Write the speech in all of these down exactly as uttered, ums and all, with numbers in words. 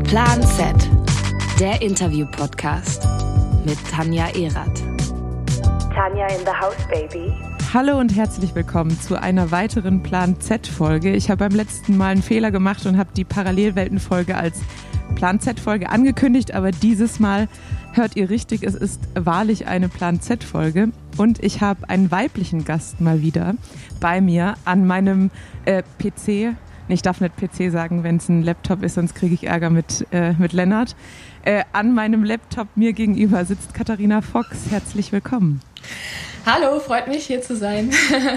Plan Z, der Interview-Podcast mit Tanja Erath. Tanja in the house, baby. Hallo und herzlich willkommen zu einer weiteren Plan Z-Folge. Ich habe beim letzten Mal einen Fehler gemacht und habe die Parallelwelten-Folge als Plan Z-Folge angekündigt, aber dieses Mal hört ihr richtig, es ist wahrlich eine Plan Z-Folge und ich habe einen weiblichen Gast mal wieder bei mir an meinem äh, P C. Ich darf nicht P C sagen, wenn es ein Laptop ist, sonst kriege ich Ärger mit, äh, mit Lennart. Äh, an meinem Laptop mir gegenüber sitzt Katharina Fox. Herzlich willkommen. Hallo, freut mich, hier zu sein.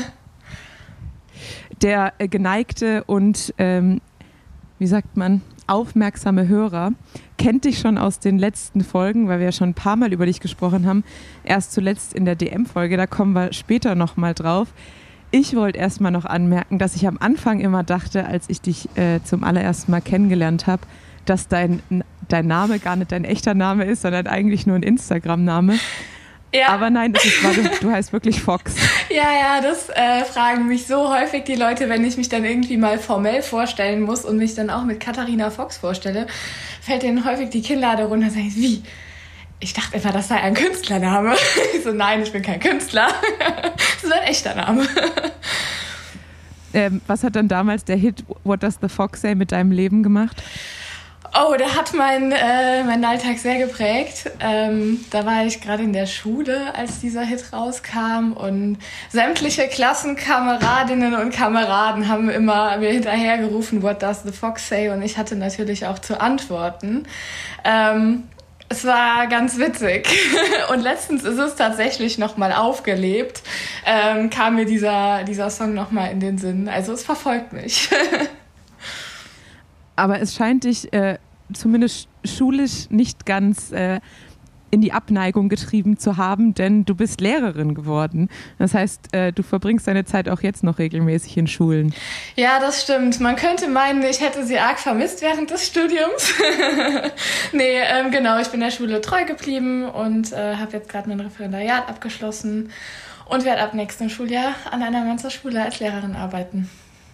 Der äh, geneigte und, ähm, wie sagt man, aufmerksame Hörer kennt dich schon aus den letzten Folgen, weil wir ja schon ein paar Mal über dich gesprochen haben. Erst zuletzt in der D M-Folge, da kommen wir später nochmal drauf. Ich wollte erstmal noch anmerken, dass ich am Anfang immer dachte, als ich dich äh, zum allerersten Mal kennengelernt habe, dass dein, dein Name gar nicht dein echter Name ist, sondern eigentlich nur ein Instagram-Name. Ja. Aber nein, das ist, du, du heißt wirklich Fox. Ja, ja, das äh, fragen mich so häufig die Leute, wenn ich mich dann irgendwie mal formell vorstellen muss und mich dann auch mit Katharina Fox vorstelle, fällt denen häufig die Kinnlade runter und sagen, wie? Ich dachte immer, das sei ein Künstlername. Ich so, nein, ich bin kein Künstler. Das ist ein echter Name. Ähm, was hat dann damals der Hit What Does the Fox Say mit deinem Leben gemacht? Oh, der hat mein, äh, meinen Alltag sehr geprägt. Ähm, da war ich gerade in der Schule, als dieser Hit rauskam und sämtliche Klassenkameradinnen und Kameraden haben immer mir hinterhergerufen, What does the Fox say? Und ich hatte natürlich auch zu antworten. Ähm, es war ganz witzig und letztens ist es tatsächlich nochmal aufgelebt, ähm, kam mir dieser, dieser Song nochmal in den Sinn. Also es verfolgt mich. Aber es scheint dich äh, zumindest schulisch nicht ganz äh, in die Abneigung getrieben zu haben, denn du bist Lehrerin geworden. Das heißt, äh, du verbringst deine Zeit auch jetzt noch regelmäßig in Schulen. Ja, das stimmt. Man könnte meinen, ich hätte sie arg vermisst während des Studiums. nee, ähm, genau, ich bin der Schule treu geblieben und äh, habe jetzt gerade mein Referendariat abgeschlossen und werde ab nächstem Schuljahr an einer Mensa-Schule als Lehrerin arbeiten.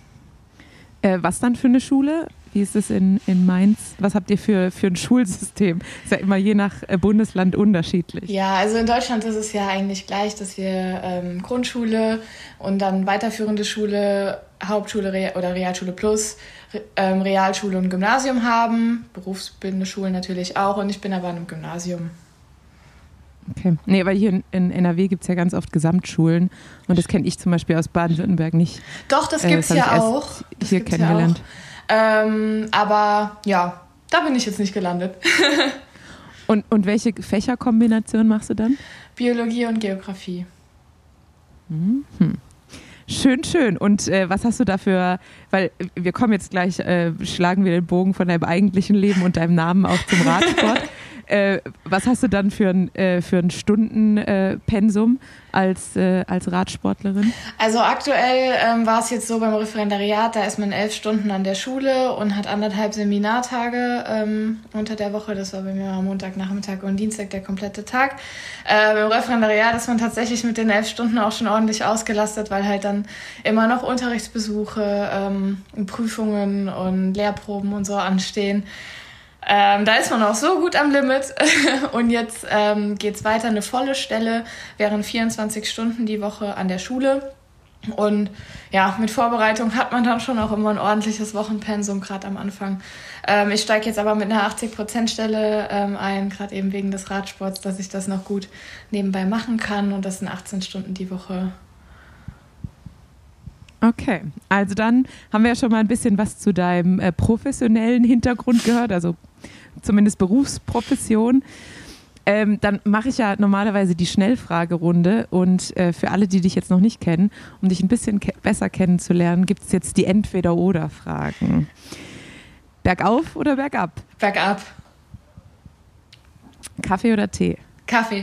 Äh, was dann für eine Schule? Wie ist es in, in Mainz? Was habt ihr für, für ein Schulsystem? Ist ja immer je nach Bundesland unterschiedlich. Ja, also in Deutschland ist es ja eigentlich gleich, dass wir ähm, Grundschule und dann weiterführende Schule, Hauptschule Re- oder Realschule plus, Re- ähm, Realschule und Gymnasium haben. Berufsbildende Schulen natürlich auch und ich bin aber an einem Gymnasium. Okay. Nee, weil hier in, in N R W gibt es ja ganz oft Gesamtschulen und das kenne ich zum Beispiel aus Baden-Württemberg nicht. Doch, das gibt es äh, ja auch. Das hier kennengelernt. Ja auch. Ähm, aber ja, da bin ich jetzt nicht gelandet. und, und welche Fächerkombination machst du dann? Biologie und Geografie. Mhm. Schön, schön. Und äh, was hast du dafür, weil wir kommen jetzt gleich, äh, schlagen wir den Bogen von deinem eigentlichen Leben und deinem Namen auch zum Radsport. Äh, was hast du dann für ein, äh, für ein Stundenpensum äh, als, äh, als Radsportlerin? Also aktuell ähm, war es jetzt so beim Referendariat, da ist man elf Stunden an der Schule und hat anderthalb Seminartage ähm, unter der Woche. Das war bei mir am Montagnachmittag und Dienstag der komplette Tag. Äh, beim Referendariat ist man tatsächlich mit den elf Stunden auch schon ordentlich ausgelastet, weil halt dann immer noch Unterrichtsbesuche, ähm, Prüfungen und Lehrproben und so anstehen. Ähm, da ist man auch so gut am Limit und jetzt ähm, geht es weiter, eine volle Stelle, wären vierundzwanzig Stunden die Woche an der Schule und ja, mit Vorbereitung hat man dann schon auch immer ein ordentliches Wochenpensum, gerade am Anfang. Ähm, ich steige jetzt aber mit einer achtzig Prozent Stelle ähm, ein, gerade eben wegen des Radsports, dass ich das noch gut nebenbei machen kann und das sind achtzehn Stunden die Woche. Okay, also dann haben wir ja schon mal ein bisschen was zu deinem äh, professionellen Hintergrund gehört, also zumindest Berufsprofession. Ähm, dann mache ich ja normalerweise die Schnellfragerunde und äh, für alle, die dich jetzt noch nicht kennen, um dich ein bisschen ke- besser kennenzulernen, gibt es jetzt die Entweder-Oder-Fragen. Bergauf oder bergab? Bergab. Kaffee oder Tee? Kaffee.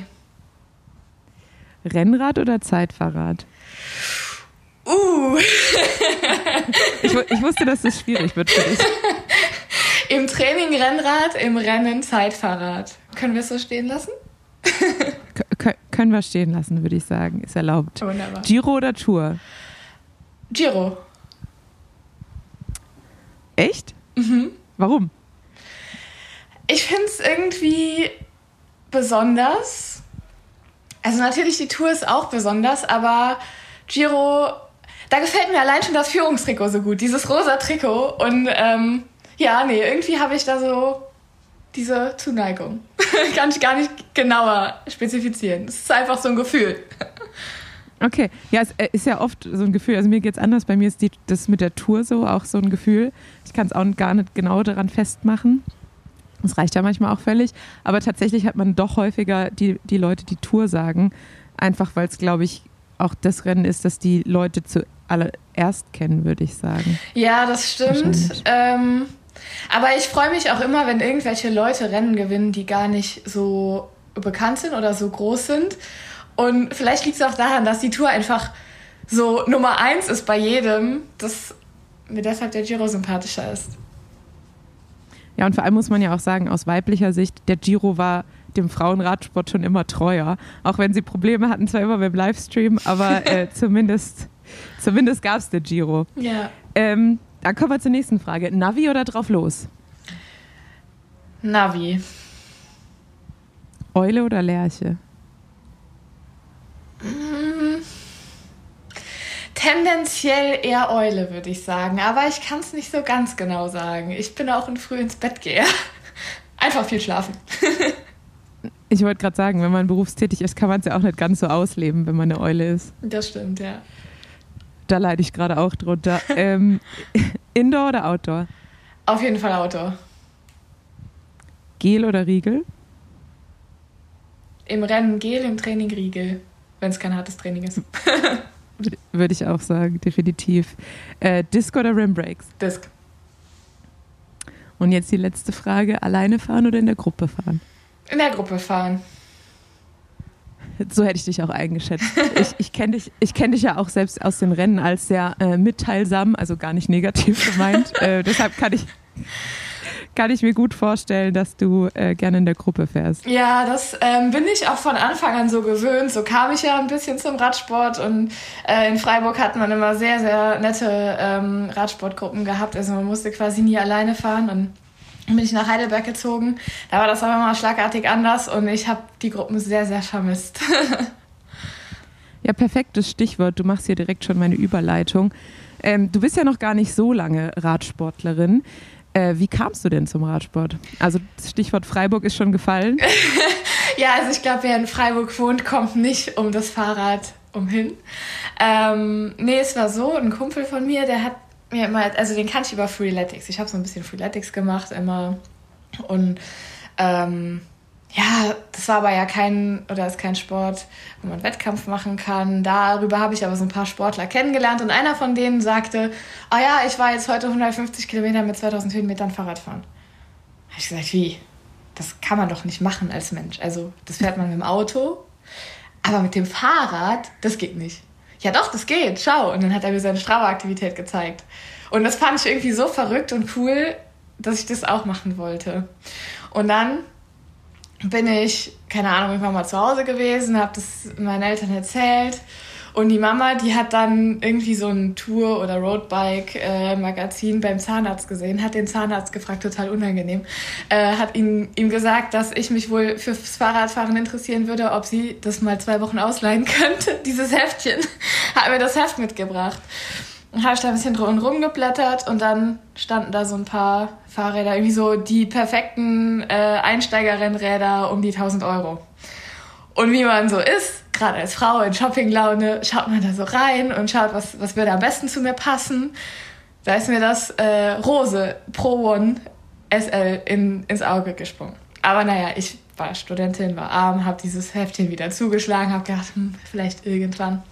Rennrad oder Zeitfahrrad? Uh. ich, ich wusste, dass das schwierig wird für dich. Im Training Rennrad, im Rennen Zeitfahrrad. Können wir es so stehen lassen? Kön- können wir stehen lassen, würde ich sagen. Ist erlaubt. Wunderbar. Giro oder Tour? Giro. Echt? Mhm. Warum? Ich finde es irgendwie besonders. Also natürlich, die Tour ist auch besonders, aber Giro, da gefällt mir allein schon das Führungstrikot so gut, dieses rosa Trikot. Und ähm, ja, nee, irgendwie habe ich da so diese Zuneigung. Kann ich gar nicht genauer spezifizieren. Es ist einfach so ein Gefühl. Okay, ja, es ist ja oft so ein Gefühl, also mir geht es anders, bei mir ist die, das mit der Tour so auch so ein Gefühl. Ich kann es auch gar nicht genau daran festmachen. Das reicht ja manchmal auch völlig, aber tatsächlich hat man doch häufiger die, die Leute, die Tour sagen, einfach weil es, glaube ich, auch das Rennen ist, das die Leute zuallererst kennen, würde ich sagen. Ja, das stimmt. Ähm, aber ich freue mich auch immer, wenn irgendwelche Leute Rennen gewinnen, die gar nicht so bekannt sind oder so groß sind. Und vielleicht liegt es auch daran, dass die Tour einfach so Nummer eins ist bei jedem, dass mir deshalb der Giro sympathischer ist. Ja, und vor allem muss man ja auch sagen, aus weiblicher Sicht, der Giro war dem Frauenradsport schon immer treuer. Auch wenn sie Probleme hatten, zwar immer beim Livestream, aber äh, zumindest, zumindest gab es der Giro. Ja. Ähm, dann kommen wir zur nächsten Frage. Navi oder drauf los? Navi. Eule oder Lerche? Mm, tendenziell eher Eule, würde ich sagen. Aber ich kann es nicht so ganz genau sagen. Ich bin auch ein früh ins Bett gehe. Einfach viel schlafen. Ich wollte gerade sagen, wenn man berufstätig ist, kann man es ja auch nicht ganz so ausleben, wenn man eine Eule ist. Das stimmt, ja. Da leide ich gerade auch drunter. ähm, Indoor oder Outdoor? Auf jeden Fall Outdoor. Gel oder Riegel? Im Rennen Gel, im Training Riegel. Wenn es kein hartes Training ist. Würde ich auch sagen, definitiv. Äh, Disc oder Rimbreaks? Disc. Und jetzt die letzte Frage. Alleine fahren oder in der Gruppe fahren? In der Gruppe fahren. So hätte ich dich auch eingeschätzt. Ich, ich kenne dich, ich kenn dich ja auch selbst aus den Rennen als sehr äh, mitteilsam, also gar nicht negativ gemeint. äh, deshalb kann ich, kann ich mir gut vorstellen, dass du äh, gerne in der Gruppe fährst. Ja, das ähm, bin ich auch von Anfang an so gewöhnt. So kam ich ja ein bisschen zum Radsport und äh, in Freiburg hat man immer sehr, sehr nette ähm, Radsportgruppen gehabt. Also man musste quasi nie alleine fahren und dann bin ich nach Heidelberg gezogen. Da war das aber mal schlagartig anders und ich habe die Gruppen sehr, sehr vermisst. Ja, perfektes Stichwort. Du machst hier direkt schon meine Überleitung. Ähm, du bist ja noch gar nicht so lange Radsportlerin. Äh, wie kamst du denn zum Radsport? Also das Stichwort Freiburg ist schon gefallen. Ja, also ich glaube, wer in Freiburg wohnt, kommt nicht um das Fahrrad umhin. Ähm, nee, es war so, ein Kumpel von mir, der hat mir immer, also den kannte ich über Freeletics. Ich habe so ein bisschen Freeletics gemacht immer und ähm, ja, das war aber ja kein, oder ist kein Sport, wo man Wettkampf machen kann. Darüber habe ich aber so ein paar Sportler kennengelernt und einer von denen sagte, ah ja, ich war jetzt heute hundertfünfzig Kilometer mit zweitausend Höhenmetern Fahrrad fahren. Da habe ich gesagt, wie? Das kann man doch nicht machen als Mensch. Also das fährt man mit dem Auto, aber mit dem Fahrrad, das geht nicht. Ja doch, das geht, schau. Und dann hat er mir seine Strava-Aktivität gezeigt. Und das fand ich irgendwie so verrückt und cool, dass ich das auch machen wollte. Und dann bin ich, keine Ahnung, irgendwann mal zu Hause gewesen, habe das meinen Eltern erzählt. Und die Mama, die hat dann irgendwie so ein Tour- oder Roadbike-Magazin beim Zahnarzt gesehen, hat den Zahnarzt gefragt, total unangenehm, äh, hat ihm, ihm gesagt, dass ich mich wohl fürs Fahrradfahren interessieren würde, ob sie das mal zwei Wochen ausleihen könnte, dieses Heftchen. Hat mir das Heft mitgebracht. Dann habe ich da ein bisschen drum rumgeblättert und dann standen da so ein paar Fahrräder, irgendwie so die perfekten äh, Einsteigerrennräder um die tausend Euro. Und wie man so ist, gerade als Frau in Shoppinglaune, schaut man da so rein und schaut, was, was würde am besten zu mir passen. Da ist mir das äh, Rose Pro One S L in, ins Auge gesprungen. Aber naja, ich war Studentin, war arm, habe dieses Heftchen wieder zugeschlagen, habe gedacht, hm, vielleicht irgendwann.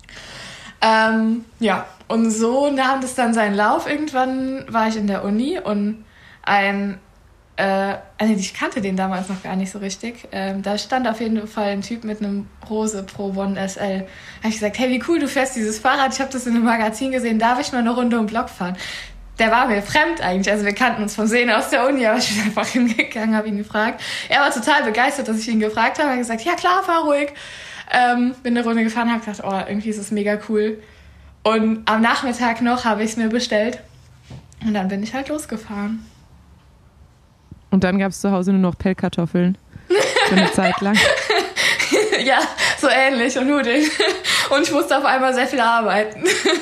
Ähm, ja, und so nahm das dann seinen Lauf. Irgendwann war ich in der Uni und ein, äh, also ich kannte den damals noch gar nicht so richtig. Ähm, da stand auf jeden Fall ein Typ mit einem Rose Pro One S L. Da habe ich gesagt, hey, wie cool, du fährst dieses Fahrrad. Ich habe das in einem Magazin gesehen, darf ich mal eine Runde um den Block fahren? Der war mir fremd eigentlich, also wir kannten uns vom Sehen aus der Uni, aber ich bin einfach hingegangen, habe ihn gefragt. Er war total begeistert, dass ich ihn gefragt habe. Er hat gesagt, ja klar, fahr ruhig. Ähm, bin eine Runde gefahren, habe gedacht, oh, irgendwie ist es mega cool. Und am Nachmittag noch habe ich es mir bestellt und dann bin ich halt losgefahren. Und dann gab es zu Hause nur noch Pellkartoffeln. Für eine Zeit lang. Ja, so ähnlich und Nudeln. Und ich musste auf einmal sehr viel arbeiten.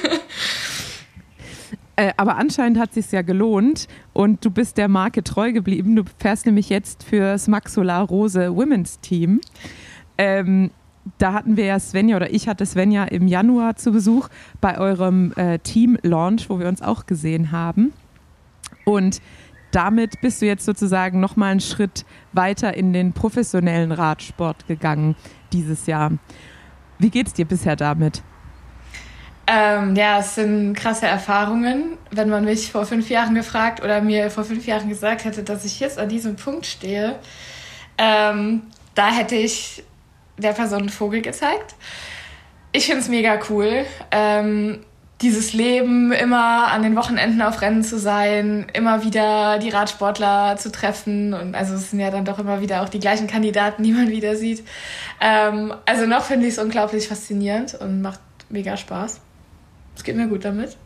Äh, aber anscheinend hat es sich ja gelohnt und du bist der Marke treu geblieben. Du fährst nämlich jetzt fürs Max Solar Rose Women's Team. Ähm, da hatten wir ja Svenja, oder ich hatte Svenja im Januar zu Besuch bei eurem äh, Team-Launch, wo wir uns auch gesehen haben. Und damit bist du jetzt sozusagen nochmal einen Schritt weiter in den professionellen Radsport gegangen dieses Jahr. Wie geht's dir bisher damit? Ähm, ja, es sind krasse Erfahrungen. Wenn man mich vor fünf Jahren gefragt oder mir vor fünf Jahren gesagt hätte, dass ich jetzt an diesem Punkt stehe, ähm, da hätte ich der Person einen Vogel gezeigt. Ich finde es mega cool. Ähm, dieses Leben, immer an den Wochenenden auf Rennen zu sein, immer wieder die Radsportler zu treffen. Und also es sind ja dann doch immer wieder auch die gleichen Kandidaten, die man wieder sieht. Ähm, also noch finde ich es unglaublich faszinierend und macht mega Spaß. Es geht mir gut damit.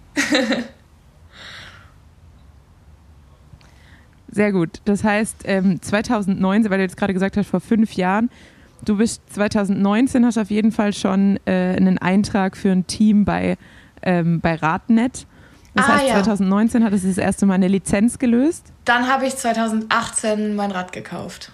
Sehr gut. Das heißt, ähm, zweitausendneunzehn, weil du jetzt gerade gesagt hast, vor fünf Jahren, du bist zweitausendneunzehn, hast auf jeden Fall schon äh, einen Eintrag für ein Team bei, ähm, bei Radnet. Das ah, heißt, ja. zweitausendneunzehn hattest du das erste Mal eine Lizenz gelöst? Dann habe ich zweitausendachtzehn mein Rad gekauft.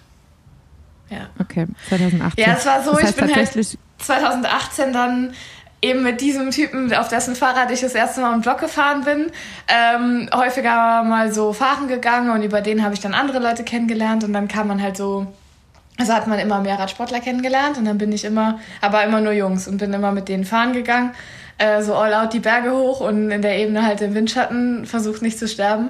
Ja. Okay, zweitausendachtzehn. Ja, es war so, das heißt, ich bin tatsächlich halt zweitausendachtzehn dann eben mit diesem Typen, auf dessen Fahrrad ich das erste Mal im Block gefahren bin, ähm, häufiger mal so fahren gegangen und über den habe ich dann andere Leute kennengelernt und dann kam man halt so, also hat man immer mehr Radsportler kennengelernt und dann bin ich immer, aber immer nur Jungs und bin immer mit denen fahren gegangen, äh, so all out die Berge hoch und in der Ebene halt im Windschatten versucht nicht zu sterben.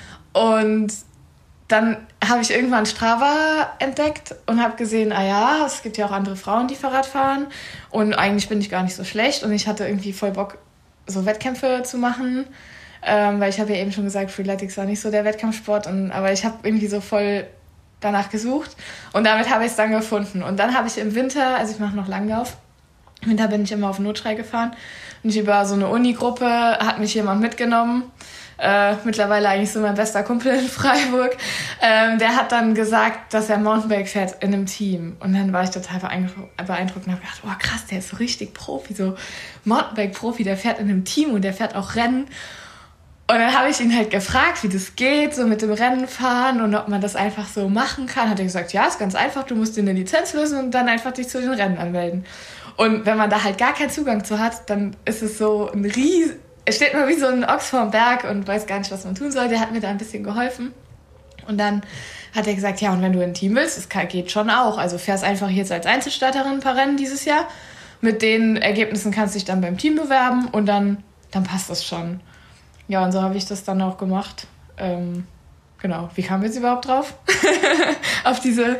Und dann habe ich irgendwann Strava entdeckt und habe gesehen, ah ja, es gibt ja auch andere Frauen, die Fahrrad fahren und eigentlich bin ich gar nicht so schlecht und ich hatte irgendwie voll Bock, so Wettkämpfe zu machen, ähm, weil ich habe ja eben schon gesagt, Freeletics war nicht so der Wettkampfsport, und, aber ich habe irgendwie so voll danach gesucht und damit habe ich es dann gefunden. Und dann habe ich im Winter, also ich mache noch Langlauf, im Winter bin ich immer auf Notschrei gefahren und ich über so eine Uni-Gruppe hat mich jemand mitgenommen, Äh, mittlerweile eigentlich so mein bester Kumpel in Freiburg, ähm, der hat dann gesagt, dass er Mountainbike fährt in einem Team. Und dann war ich total beeindruckt und habe gedacht, oh krass, der ist so richtig Profi, so Mountainbike-Profi, der fährt in einem Team und der fährt auch Rennen. Und dann habe ich ihn halt gefragt, wie das geht, so mit dem Rennen fahren und ob man das einfach so machen kann. Hat er gesagt, ja, ist ganz einfach, du musst dir eine Lizenz lösen und dann einfach dich zu den Rennen anmelden. Und wenn man da halt gar keinen Zugang zu hat, dann ist es so ein riesen... Es steht mal wie so ein Ochs vorm Berg und weiß gar nicht, was man tun soll. Der hat mir da ein bisschen geholfen. Und dann hat er gesagt, ja, und wenn du ein Team willst, das geht schon auch. Also fährst einfach jetzt als Einzelstarterin ein paar Rennen dieses Jahr. Mit den Ergebnissen kannst du dich dann beim Team bewerben und dann, dann passt das schon. Ja, und so habe ich das dann auch gemacht. Ähm, genau, wie kamen wir jetzt überhaupt drauf? Auf diese...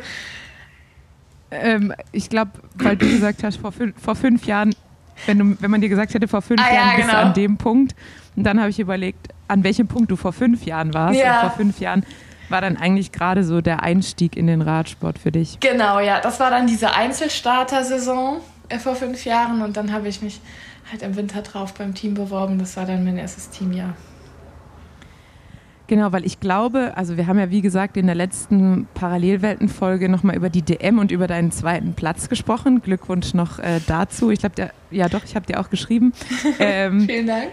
Ähm, ich glaube, weil du gesagt hast, vor fünf, vor fünf Jahren... Wenn, du, wenn man dir gesagt hätte, vor fünf ah, Jahren ja, bist genau. du an dem Punkt. Und dann habe ich überlegt, an welchem Punkt du vor fünf Jahren warst. Ja. Und vor fünf Jahren war dann eigentlich gerade so der Einstieg in den Radsport für dich. Genau, ja. Das war dann diese Einzelstarter-Saison äh, vor fünf Jahren. Und dann habe ich mich halt im Winter drauf beim Team beworben. Das war dann mein erstes Teamjahr. Genau, weil ich glaube, also wir haben ja wie gesagt in der letzten Parallelwelten-Folge nochmal über die D M und über deinen zweiten Platz gesprochen. Glückwunsch noch äh, dazu. Ich glaube, ja doch, ich habe dir auch geschrieben. Ähm, Vielen Dank.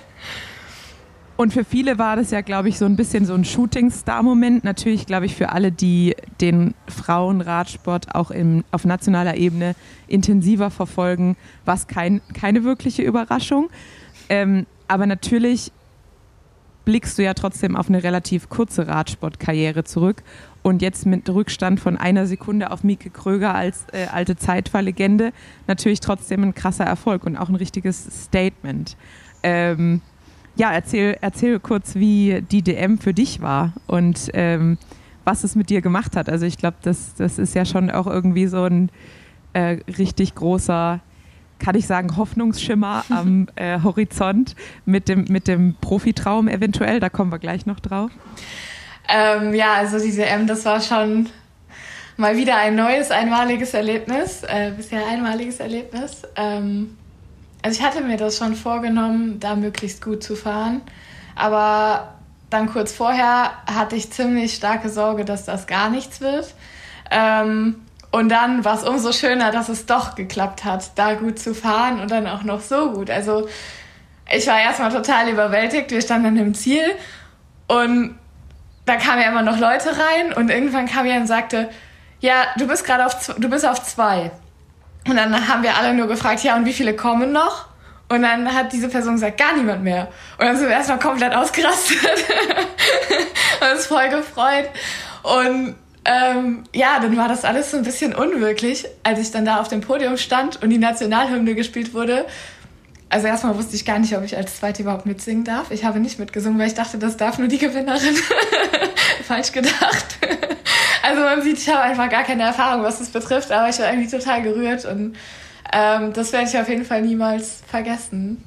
Und für viele war das ja, glaube ich, so ein bisschen so ein Shooting-Star-Moment. Natürlich, glaube ich, für alle, die den Frauenradsport auch im, auf nationaler Ebene intensiver verfolgen, war es kein, keine wirkliche Überraschung. Ähm, aber natürlich blickst du ja trotzdem auf eine relativ kurze Radsportkarriere zurück und jetzt mit Rückstand von einer Sekunde auf Mieke Kröger als äh, alte Zeitfahrlegende natürlich trotzdem ein krasser Erfolg und auch ein richtiges Statement. Ähm, ja, erzähl, erzähl kurz, wie die D M für dich war und ähm, was es mit dir gemacht hat. Also ich glaube, das, das ist ja schon auch irgendwie so ein äh, richtig großer, kann ich sagen, Hoffnungsschimmer am äh, Horizont mit dem, mit dem Profitraum eventuell. Da kommen wir gleich noch drauf. Ähm, ja, also diese M, das war schon mal wieder ein neues, einmaliges Erlebnis. Äh, bisher einmaliges Erlebnis. Ähm, also ich hatte mir das schon vorgenommen, da möglichst gut zu fahren. Aber dann kurz vorher hatte ich ziemlich starke Sorge, dass das gar nichts wird. Ähm, und dann war es umso schöner, dass es doch geklappt hat, da gut zu fahren und dann auch noch so gut. Also ich war erstmal total überwältigt. Wir standen dann im Ziel und da kamen ja immer noch Leute rein und irgendwann kam jemand und sagte, ja, du bist gerade auf, du bist auf zwei. Und dann haben wir alle nur gefragt, ja, und wie viele kommen noch? Und dann hat diese Person gesagt, gar niemand mehr. Und dann sind wir erstmal komplett ausgerastet und uns voll gefreut. Und ähm, ja, dann war das alles so ein bisschen unwirklich, als ich dann da auf dem Podium stand und die Nationalhymne gespielt wurde. Also erstmal wusste ich gar nicht, ob ich als Zweite überhaupt mitsingen darf. Ich habe nicht mitgesungen, weil ich dachte, das darf nur die Gewinnerin. Falsch gedacht. Also man sieht, ich habe einfach gar keine Erfahrung, was das betrifft, aber ich war irgendwie total gerührt und ähm, das werde ich auf jeden Fall niemals vergessen.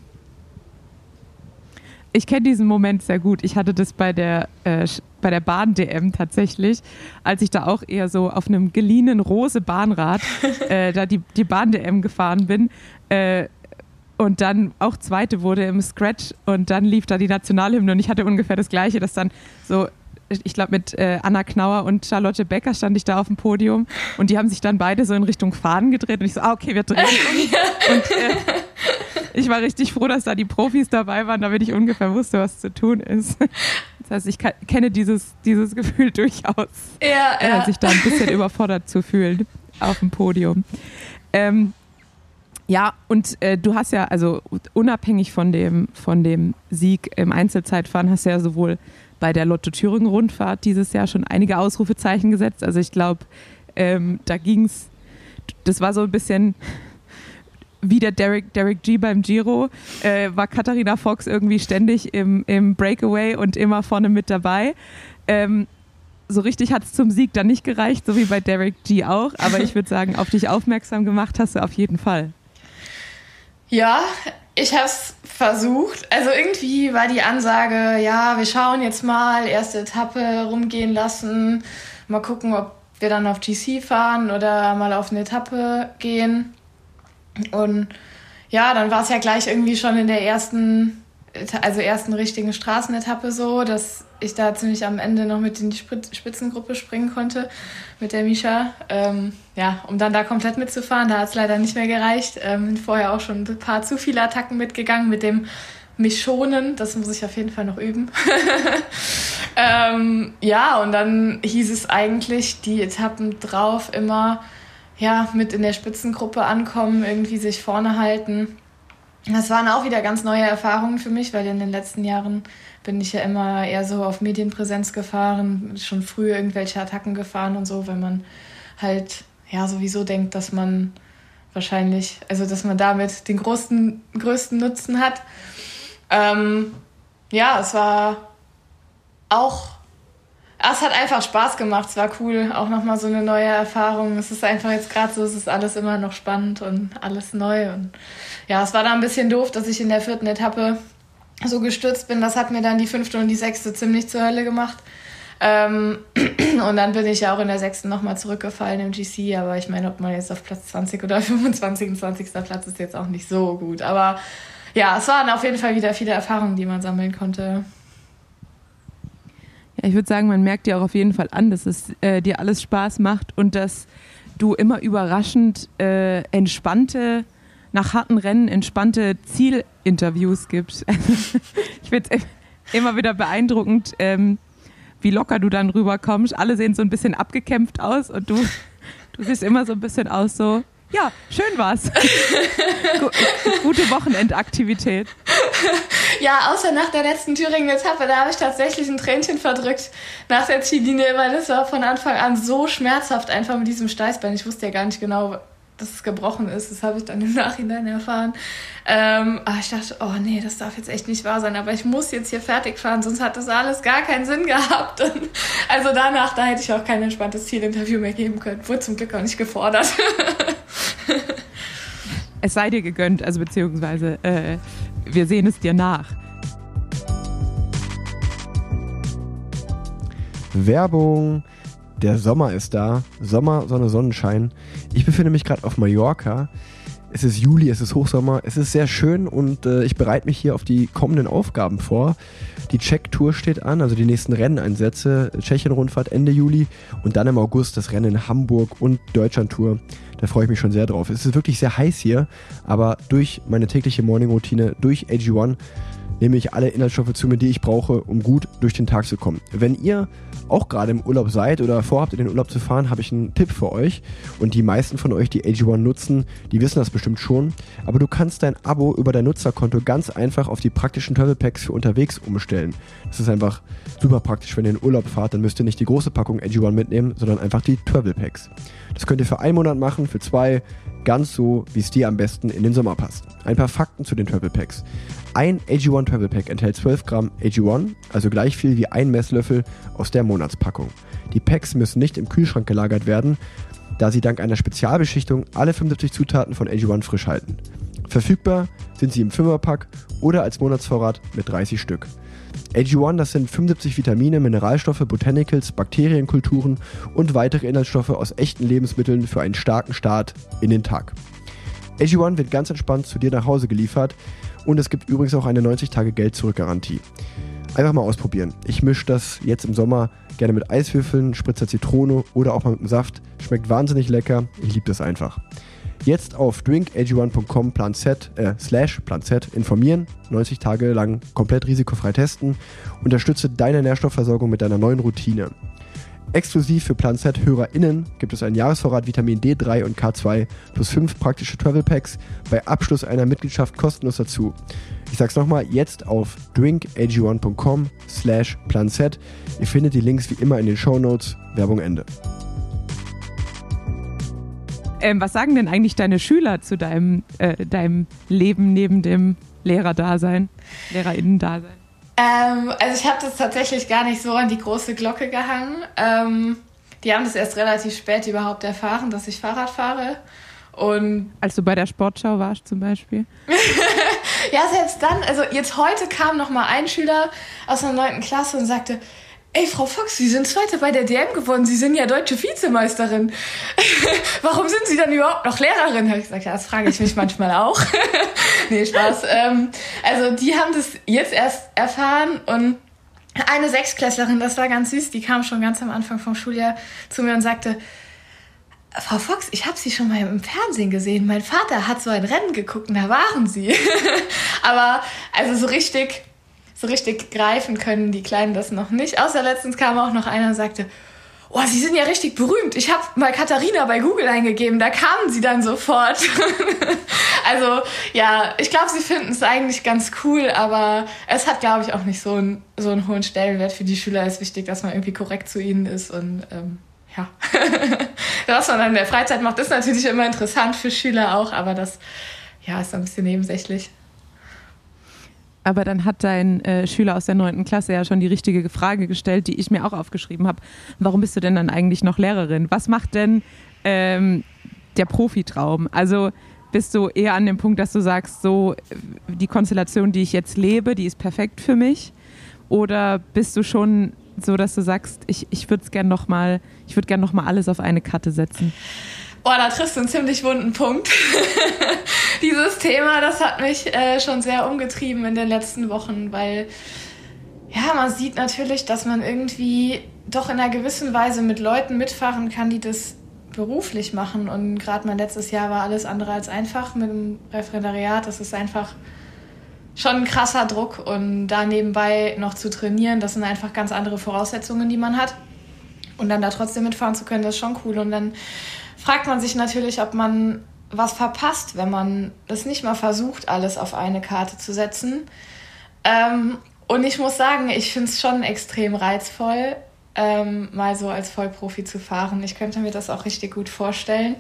Ich kenne diesen Moment sehr gut. Ich hatte das bei der, äh, bei der Bahn-D M tatsächlich, als ich da auch eher so auf einem geliehenen Rose Bahnrad äh, da die, die Bahn-D M gefahren bin. Äh, Und dann auch Zweite wurde im Scratch und dann lief da die Nationalhymne und ich hatte ungefähr das Gleiche, dass dann so, ich glaube mit äh, Anna Knauer und Charlotte Becker stand ich da auf dem Podium und die haben sich dann beide so in Richtung Fahnen gedreht und ich so, ah okay, wir drehen uns. Und äh, ich war richtig froh, dass da die Profis dabei waren, damit ich ungefähr wusste, was zu tun ist. Das heißt, ich kann, kenne dieses, dieses Gefühl durchaus, ja, ja. Äh, sich da ein bisschen überfordert zu fühlen auf dem Podium. Ähm, Ja, und äh, du hast ja, also unabhängig von dem, von dem Sieg im Einzelzeitfahren, hast du ja sowohl bei der Lotto-Thüringen-Rundfahrt dieses Jahr schon einige Ausrufezeichen gesetzt. Also ich glaube, ähm, da ging's, das war so ein bisschen wie der Derek, Derek G beim Giro, äh, war Katharina Fox irgendwie ständig im, im Breakaway und immer vorne mit dabei. Ähm, so richtig hat es zum Sieg dann nicht gereicht, so wie bei Derek G auch. Aber ich würde sagen, auf dich aufmerksam gemacht hast du auf jeden Fall. Ja, ich habe es versucht. Also irgendwie war die Ansage, ja, wir schauen jetzt mal, erste Etappe rumgehen lassen, mal gucken, ob wir dann auf G C fahren oder mal auf eine Etappe gehen. Und ja, dann war es ja gleich irgendwie schon in der ersten, also ersten richtigen Straßenetappe so, dass ich da ziemlich am Ende noch mit in die Spitzengruppe springen konnte mit der Mischa. Ähm, ja, um dann da komplett mitzufahren, da hat es leider nicht mehr gereicht. Ähm, vorher auch schon ein paar zu viele Attacken mitgegangen mit dem mich schonen. Das muss ich auf jeden Fall noch üben. ähm, ja, und dann hieß es eigentlich, die Etappen drauf immer ja, mit in der Spitzengruppe ankommen, irgendwie sich vorne halten. Das waren auch wieder ganz neue Erfahrungen für mich, weil in den letzten Jahren bin ich ja immer eher so auf Medienpräsenz gefahren, schon früh irgendwelche Attacken gefahren und so, weil man halt ja sowieso denkt, dass man wahrscheinlich, also dass man damit den größten, größten Nutzen hat. Ähm, ja, es war auch, es hat einfach Spaß gemacht, es war cool, auch nochmal so eine neue Erfahrung. Es ist einfach jetzt gerade so, es ist alles immer noch spannend und alles neu. Und ja, es war da ein bisschen doof, dass ich in der vierten Etappe so gestürzt bin. Das hat mir dann die fünfte und die sechste ziemlich zur Hölle gemacht. Ähm, und dann bin ich ja auch in der sechsten nochmal zurückgefallen im G C. Aber ich meine, ob man jetzt auf Platz zwanzig oder fünfundzwanzig, zwanzigster Platz ist jetzt auch nicht so gut. Aber ja, es waren auf jeden Fall wieder viele Erfahrungen, die man sammeln konnte. Ja, ich würde sagen, man merkt dir auch auf jeden Fall an, dass es äh, dir alles Spaß macht und dass du immer überraschend äh, entspannte, nach harten Rennen entspannte Zielinterviews gibst. Ich finde es immer wieder beeindruckend, ähm, wie locker du dann rüberkommst. Alle sehen so ein bisschen abgekämpft aus und du, du siehst immer so ein bisschen aus so, ja, schön war's. Gute Wochenendaktivität. Ja, außer nach der letzten Thüringen-Etappe, da habe ich tatsächlich ein Tränchen verdrückt nach der Ziellinie, weil das war von Anfang an so schmerzhaft einfach mit diesem Steißbein. Ich wusste ja gar nicht genau, dass es gebrochen ist. Das habe ich dann im Nachhinein erfahren. Ähm, aber ich dachte, oh nee, das darf jetzt echt nicht wahr sein. Aber ich muss jetzt hier fertig fahren, sonst hat das alles gar keinen Sinn gehabt. Und also danach, da hätte ich auch kein entspanntes Zielinterview mehr geben können. Wurde zum Glück auch nicht gefordert. Es sei dir gegönnt, also beziehungsweise äh, wir sehen es dir nach. Werbung. Der Sommer ist da. Sommer, Sonne, Sonnenschein. Ich befinde mich gerade auf Mallorca. Es ist Juli, es ist Hochsommer, es ist sehr schön und äh, ich bereite mich hier auf die kommenden Aufgaben vor. Die Czech-Tour steht an, also die nächsten Renneinsätze, Tschechien-Rundfahrt Ende Juli und dann im August das Rennen in Hamburg und Deutschland-Tour. Da freue ich mich schon sehr drauf. Es ist wirklich sehr heiß hier, aber durch meine tägliche Morning-Routine, durch A G eins, nehme ich alle Inhaltsstoffe zu mir, die ich brauche, um gut durch den Tag zu kommen. Wenn ihr auch gerade im Urlaub seid oder vorhabt, in den Urlaub zu fahren, habe ich einen Tipp für euch. Und die meisten von euch, die A G eins nutzen, die wissen das bestimmt schon. Aber du kannst dein Abo über dein Nutzerkonto ganz einfach auf die praktischen Travel Packs für unterwegs umstellen. Das ist einfach super praktisch, wenn ihr in den Urlaub fahrt, dann müsst ihr nicht die große Packung A G eins mitnehmen, sondern einfach die Travel Packs. Das könnt ihr für einen Monat machen, für zwei, ganz so, wie es dir am besten in den Sommer passt. Ein paar Fakten zu den Travel Packs. Ein A G eins Travel Pack enthält zwölf Gramm A G eins, also gleich viel wie ein Messlöffel aus der Monatspackung. Die Packs müssen nicht im Kühlschrank gelagert werden, da sie dank einer Spezialbeschichtung alle fünfundsiebzig Zutaten von A G eins frisch halten. Verfügbar sind sie im Fünferpack oder als Monatsvorrat mit dreißig Stück. A G eins, das sind fünfundsiebzig Vitamine, Mineralstoffe, Botanicals, Bakterienkulturen und weitere Inhaltsstoffe aus echten Lebensmitteln für einen starken Start in den Tag. A G eins wird ganz entspannt zu dir nach Hause geliefert und es gibt übrigens auch eine neunzig Tage Geld-Zurück-Garantie. Einfach mal ausprobieren. Ich mische das jetzt im Sommer gerne mit Eiswürfeln, Spritzer Zitrone oder auch mal mit dem Saft. Schmeckt wahnsinnig lecker. Ich liebe das einfach. Jetzt auf drink a g eins punkt com plan z, äh, slash plan z informieren, neunzig Tage lang komplett risikofrei testen, unterstütze deine Nährstoffversorgung mit deiner neuen Routine. Exklusiv für Plan Z-HörerInnen gibt es einen Jahresvorrat Vitamin D drei und K zwei plus fünf praktische Travel Packs bei Abschluss einer Mitgliedschaft kostenlos dazu. Ich sag's nochmal, jetzt auf drink a g eins punkt com slash plan z. Ihr findet die Links wie immer in den Shownotes. Werbung Ende. Ähm, was sagen denn eigentlich deine Schüler zu deinem, äh, deinem Leben neben dem Lehrerdasein, LehrerInnen-Dasein? Ähm, also ich habe das tatsächlich gar nicht so an die große Glocke gehangen. Ähm, die haben das erst relativ spät überhaupt erfahren, dass ich Fahrrad fahre. Und als du bei der Sportschau warst zum Beispiel? Ja, selbst dann, also jetzt heute kam noch mal ein Schüler aus der neunten Klasse und sagte, ey, Frau Fox, Sie sind Zweite bei der D M geworden, Sie sind ja deutsche Vizemeisterin. Warum sind Sie dann überhaupt noch Lehrerin? Habe ich gesagt, ja, das frage ich mich manchmal auch. Nee, Spaß. Ähm, also die haben das jetzt erst erfahren und eine Sechstklässlerin, das war ganz süß, die kam schon ganz am Anfang vom Schuljahr zu mir und sagte, Frau Fox, ich habe Sie schon mal im Fernsehen gesehen. Mein Vater hat so ein Rennen geguckt und da waren Sie. Aber also so richtig... So richtig greifen können die Kleinen das noch nicht. Außer letztens kam auch noch einer und sagte, oh, Sie sind ja richtig berühmt. Ich habe mal Katharina bei Google eingegeben, da kamen Sie dann sofort. Also ja, ich glaube, sie finden es eigentlich ganz cool, aber es hat, glaube ich, auch nicht so einen, so einen hohen Stellenwert für die Schüler. Es ist wichtig, dass man irgendwie korrekt zu ihnen ist und ähm, ja. Was man dann in der Freizeit macht, ist natürlich immer interessant für Schüler auch, aber das ja, ist ein bisschen nebensächlich. Aber dann hat dein äh, Schüler aus der neunten Klasse ja schon die richtige Frage gestellt, die ich mir auch aufgeschrieben habe. Warum bist du denn dann eigentlich noch Lehrerin? Was macht denn ähm, der Profitraum? Also bist du eher an dem Punkt, dass du sagst, so die Konstellation, die ich jetzt lebe, die ist perfekt für mich? Oder bist du schon so, dass du sagst, ich, ich würde es gerne nochmal, ich würde gerne nochmal alles auf eine Karte setzen? Boah, da triffst du einen ziemlich wunden Punkt. Dieses Thema, das hat mich äh, schon sehr umgetrieben in den letzten Wochen, weil ja, man sieht natürlich, dass man irgendwie doch in einer gewissen Weise mit Leuten mitfahren kann, die das beruflich machen. Und gerade mein letztes Jahr war alles andere als einfach mit dem Referendariat. Das ist einfach schon ein krasser Druck. Und da nebenbei noch zu trainieren, das sind einfach ganz andere Voraussetzungen, die man hat. Und dann da trotzdem mitfahren zu können, das ist schon cool. Und dann fragt man sich natürlich, ob man was verpasst, wenn man das nicht mal versucht, alles auf eine Karte zu setzen. Ähm, und ich muss sagen, ich finde es schon extrem reizvoll, ähm, mal so als Vollprofi zu fahren. Ich könnte mir das auch richtig gut vorstellen.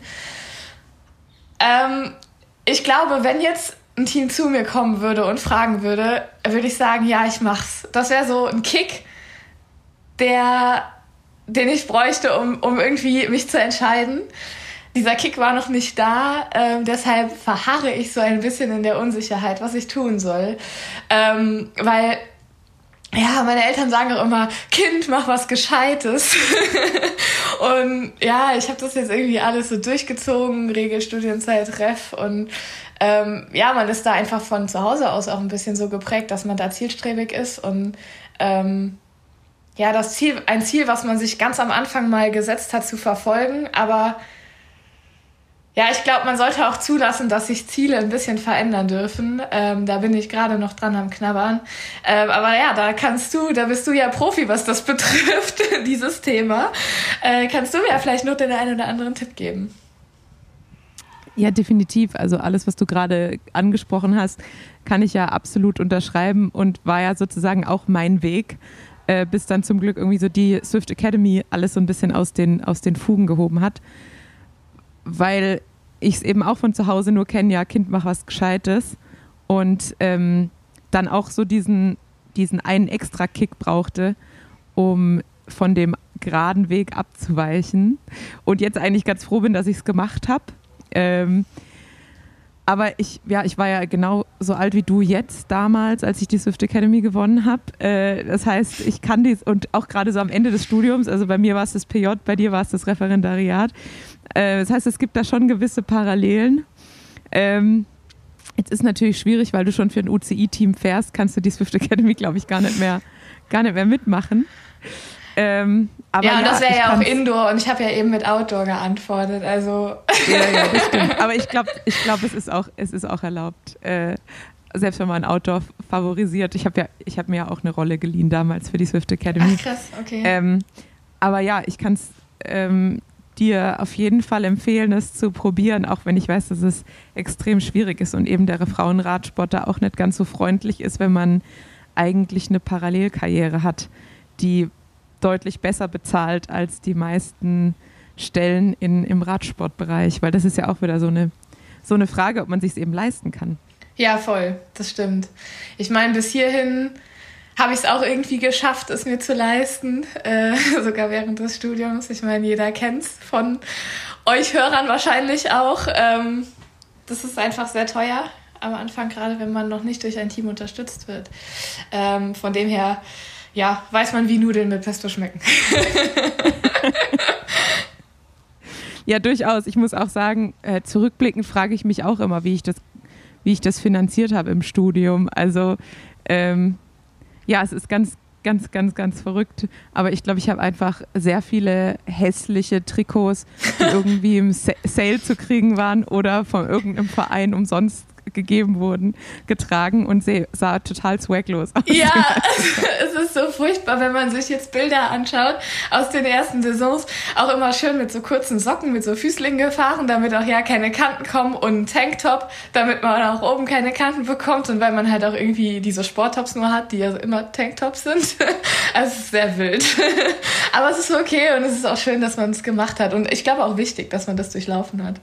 Ähm, ich glaube, wenn jetzt ein Team zu mir kommen würde und fragen würde, würde ich sagen, ja, ich mach's. Das wäre so ein Kick, der... den ich bräuchte, um, um irgendwie mich zu entscheiden. Dieser Kick war noch nicht da, ähm, deshalb verharre ich so ein bisschen in der Unsicherheit, was ich tun soll. Ähm, weil, ja, meine Eltern sagen auch immer, Kind, mach was Gescheites. Und ja, ich habe das jetzt irgendwie alles so durchgezogen, Regelstudienzeit, Ref und ähm, ja, man ist da einfach von zu Hause aus auch ein bisschen so geprägt, dass man da zielstrebig ist und ähm, ja, das Ziel, ein Ziel, was man sich ganz am Anfang mal gesetzt hat, zu verfolgen, aber ja, ich glaube, man sollte auch zulassen, dass sich Ziele ein bisschen verändern dürfen. Ähm, da bin ich gerade noch dran am Knabbern. Ähm, aber ja, da kannst du, da bist du ja Profi, was das betrifft, dieses Thema. Äh, kannst du mir ja vielleicht noch den einen oder anderen Tipp geben? Ja, definitiv. Also alles, was du gerade angesprochen hast, kann ich ja absolut unterschreiben und war ja sozusagen auch mein Weg, äh, bis dann zum Glück irgendwie so die Swift Academy alles so ein bisschen aus den, aus den Fugen gehoben hat. Weil ich es eben auch von zu Hause nur kenne, ja, Kind, mach was Gescheites. Und ähm, dann auch so diesen, diesen einen extra Kick brauchte, um von dem geraden Weg abzuweichen. Und jetzt eigentlich ganz froh bin, dass ich es gemacht habe. Ähm, aber ich, ja, ich war ja genau so alt wie du jetzt damals, als ich die Swift Academy gewonnen habe. Äh, das heißt, ich kann dies und auch gerade so am Ende des Studiums, also bei mir war es das P J, bei dir war es das Referendariat. Äh, das heißt, es gibt da schon gewisse Parallelen. Ähm, jetzt ist natürlich schwierig, weil du schon für ein U C I-Team fährst, kannst du die Swift Academy, glaube ich, gar nicht mehr, gar nicht mehr mitmachen. Ähm, aber ja, und ja, das wäre ja auch kann's. Indoor und ich habe ja eben mit Outdoor geantwortet, also... Ja, ja, das stimmt. Aber ich glaube, ich glaub, es ist auch, es ist auch erlaubt, äh, selbst wenn man Outdoor favorisiert. Ich habe ja, ich habe mir ja auch eine Rolle geliehen damals für die Swift Academy. Ach krass, okay. Ähm, aber ja, ich kann es ähm, dir auf jeden Fall empfehlen, es zu probieren, auch wenn ich weiß, dass es extrem schwierig ist und eben der Frauenradsport da auch nicht ganz so freundlich ist, wenn man eigentlich eine Parallelkarriere hat, die deutlich besser bezahlt als die meisten Stellen in, im Radsportbereich, weil das ist ja auch wieder so eine, so eine Frage, ob man sich es eben leisten kann. Ja, voll, das stimmt. Ich meine, bis hierhin habe ich es auch irgendwie geschafft, es mir zu leisten, äh, sogar während des Studiums. Ich meine, jeder kennt es von euch Hörern wahrscheinlich auch. Ähm, das ist einfach sehr teuer am Anfang, gerade wenn man noch nicht durch ein Team unterstützt wird. Ähm, von dem her, ja, weiß man, wie Nudeln mit Pesto schmecken. Ja, durchaus. Ich muss auch sagen, äh, zurückblickend frage ich mich auch immer, wie ich das, wie ich das finanziert habe im Studium. Also ähm, ja, es ist ganz, ganz, ganz, ganz verrückt. Aber ich glaube, ich habe einfach sehr viele hässliche Trikots, die irgendwie im Sa- Sale zu kriegen waren oder von irgendeinem Verein umsonst gegeben wurden, getragen und seh, sah total swaglos aus. Ja, es ist so furchtbar, wenn man sich jetzt Bilder anschaut aus den ersten Saisons. Auch immer schön mit so kurzen Socken, mit so Füßlingen gefahren, damit auch ja keine Kanten kommen und ein Tanktop, damit man auch oben keine Kanten bekommt und weil man halt auch irgendwie diese Sporttops nur hat, die ja immer Tanktops sind. Also es ist sehr wild. Aber es ist okay und es ist auch schön, dass man es gemacht hat und ich glaube auch wichtig, dass man das durchlaufen hat.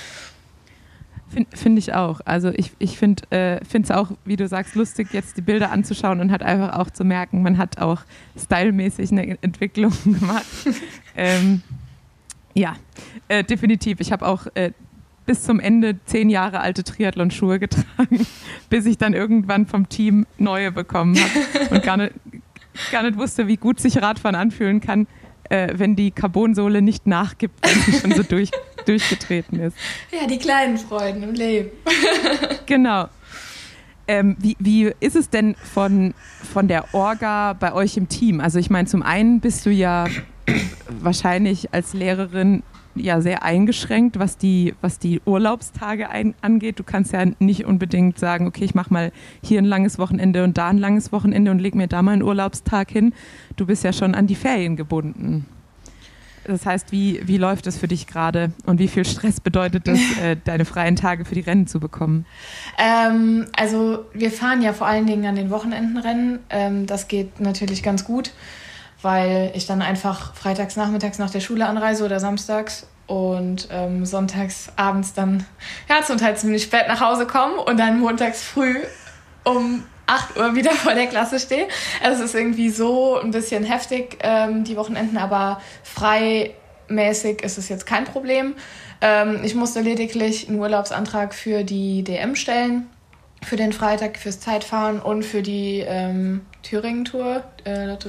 Finde find ich auch. Also ich, ich finde es äh, auch, wie du sagst, lustig, jetzt die Bilder anzuschauen und halt einfach auch zu merken, man hat auch stylmäßig eine Entwicklung gemacht. ähm, ja, äh, definitiv. Ich habe auch äh, bis zum Ende zehn Jahre alte Triathlon-Schuhe getragen, bis ich dann irgendwann vom Team neue bekommen habe und gar nicht, gar nicht wusste, wie gut sich Radfahren anfühlen kann, äh, wenn die Carbonsohle nicht nachgibt, wenn sie schon so durch, durchgetreten ist. Ja, die kleinen Freuden im Leben. Genau. Ähm, wie, wie ist es denn von, von der Orga bei euch im Team? Also ich meine, zum einen bist du ja wahrscheinlich als Lehrerin ja sehr eingeschränkt, was die, was die Urlaubstage ein, angeht. Du kannst ja nicht unbedingt sagen, okay, ich mache mal hier ein langes Wochenende und da ein langes Wochenende und leg mir da mal einen Urlaubstag hin. Du bist ja schon an die Ferien gebunden. Das heißt, wie, wie läuft das für dich gerade und wie viel Stress bedeutet das, äh, deine freien Tage für die Rennen zu bekommen? Ähm, also wir fahren ja vor allen Dingen an den Wochenenden Rennen. Ähm, das geht natürlich ganz gut, weil ich dann einfach freitags nachmittags nach der Schule anreise oder samstags und ähm, sonntags abends dann ja zum Teil ziemlich spät nach Hause komme und dann montags früh um acht Uhr wieder vor der Klasse stehe. Also es ist irgendwie so ein bisschen heftig, ähm, die Wochenenden, aber freimäßig ist es jetzt kein Problem. Ähm, ich musste lediglich einen Urlaubsantrag für die D M stellen, für den Freitag, fürs Zeitfahren und für die ähm, Thüringen-Tour, äh,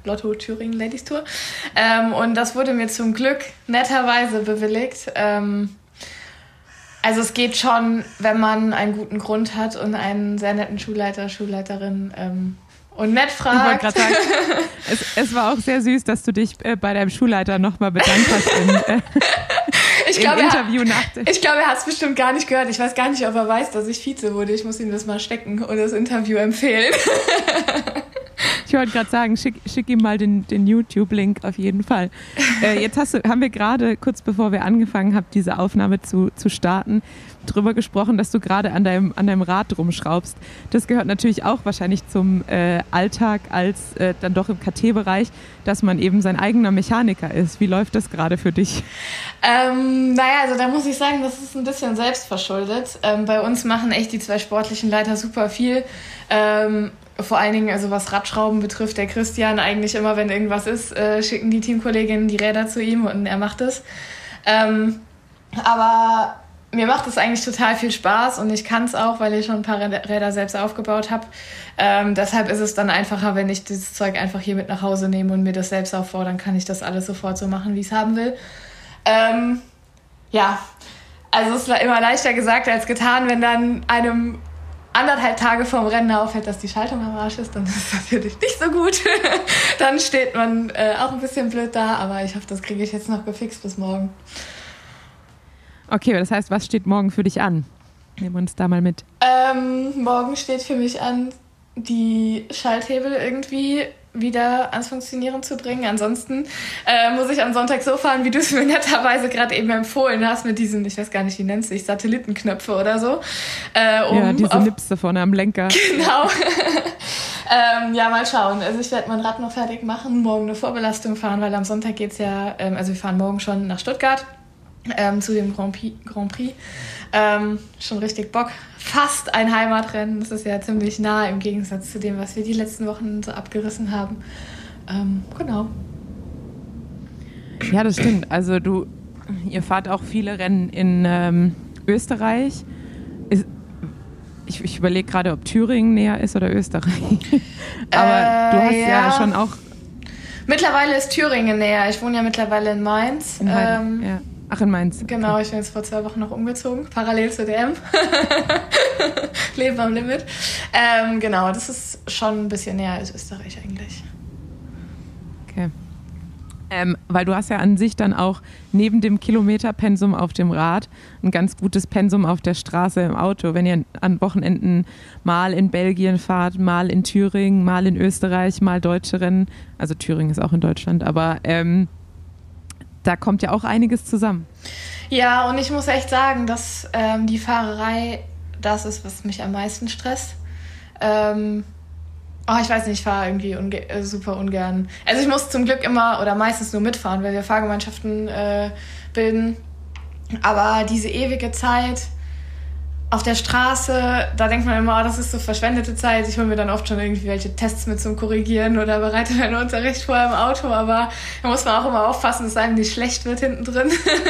Lotto Thüringen Ladies Tour. Ähm, und das wurde mir zum Glück netterweise bewilligt. Ähm, also es geht schon, wenn man einen guten Grund hat und einen sehr netten Schulleiter, Schulleiterin ähm, und nett fragt. Ich wollte gerade sagen, es, es war auch sehr süß, dass du dich äh, bei deinem Schulleiter nochmal bedankt hast im, äh, ich im glaub, Interview er, nach dem. Ich glaube, er hat es bestimmt gar nicht gehört. Ich weiß gar nicht, ob er weiß, dass ich Vize wurde. Ich muss ihm das mal stecken und das Interview empfehlen. Ich wollte gerade sagen, schick, schick ihm mal den, den YouTube-Link auf jeden Fall. Äh, jetzt hast du, haben wir gerade, kurz bevor wir angefangen haben, diese Aufnahme zu, zu starten, drüber gesprochen, dass du gerade an deinem, an deinem Rad rumschraubst. Das gehört natürlich auch wahrscheinlich zum äh, Alltag als äh, dann doch im K T-Bereich, dass man eben sein eigener Mechaniker ist. Wie läuft das gerade für dich? Ähm, naja, also da muss ich sagen, das ist ein bisschen selbstverschuldet. Ähm, bei uns machen echt die zwei sportlichen Leiter super viel. Ähm, Vor allen Dingen, also was Radschrauben betrifft, der Christian eigentlich immer, wenn irgendwas ist, äh, schicken die Teamkolleginnen die Räder zu ihm und er macht es. Ähm, aber mir macht es eigentlich total viel Spaß und ich kann es auch, weil ich schon ein paar Räder selbst aufgebaut habe. Ähm, deshalb ist es dann einfacher, wenn ich dieses Zeug einfach hier mit nach Hause nehme und mir das selbst aufbaue, dann kann ich das alles sofort so machen, wie ich es haben will. Ähm, ja, also es ist immer leichter gesagt als getan, wenn dann einem anderthalb Tage vorm Rennen auffällt, dass die Schaltung am Arsch ist, dann ist es natürlich nicht so gut. Dann steht man äh, auch ein bisschen blöd da, aber ich hoffe, das kriege ich jetzt noch gefixt bis morgen. Okay, das heißt, was steht morgen für dich an? Nehmen wir uns da mal mit. Ähm, morgen steht für mich an, die Schalthebel irgendwie wieder ans Funktionieren zu bringen. Ansonsten äh, muss ich am Sonntag so fahren, wie du es mir netterweise gerade eben empfohlen hast, mit diesen, ich weiß gar nicht, wie nennt es sich, Satellitenknöpfe oder so. Äh, um ja, diese auf, Nipse vorne am Lenker. Genau. ähm, ja, mal schauen. Also ich werde mein Rad noch fertig machen, morgen eine Vorbelastung fahren, weil am Sonntag geht es ja, ähm, also wir fahren morgen schon nach Stuttgart ähm, zu dem Grand Prix. Grand Prix. Ähm, schon richtig Bock. Fast ein Heimatrennen. Das ist ja ziemlich nah im Gegensatz zu dem, was wir die letzten Wochen so abgerissen haben. Ähm, genau. Ja, das stimmt. Also du, ihr fahrt auch viele Rennen in ähm, Österreich. Ist, ich ich überlege gerade, ob Thüringen näher ist oder Österreich. Aber äh, du hast ja. ja schon auch... Mittlerweile ist Thüringen näher. Ich wohne ja mittlerweile in Mainz. In ähm, ja. Ach, in Mainz. Genau, okay. Ich bin jetzt vor zwei Wochen noch umgezogen, parallel zur D M. Leben am Limit. Ähm, genau, das ist schon ein bisschen näher als Österreich eigentlich. Okay. Ähm, weil du hast ja an sich dann auch neben dem Kilometerpensum auf dem Rad ein ganz gutes Pensum auf der Straße im Auto. Wenn ihr an Wochenenden mal in Belgien fahrt, mal in Thüringen, mal in Österreich, mal deutsche Rennen, also Thüringen ist auch in Deutschland, aber ähm, da kommt ja auch einiges zusammen. Ja, und ich muss echt sagen, dass ähm, die Fahrerei das ist, was mich am meisten stresst. Ähm, oh, ich weiß nicht, ich fahre irgendwie unge- äh, super ungern. Also ich muss zum Glück immer oder meistens nur mitfahren, weil wir Fahrgemeinschaften äh, bilden. Aber diese ewige Zeit auf der Straße, da denkt man immer, oh, das ist so verschwendete Zeit. Ich hole mir dann oft schon irgendwie welche Tests mit zum Korrigieren oder bereite meinen Unterricht vorher im Auto. Aber da muss man auch immer aufpassen, dass einem nicht schlecht wird hinten drin.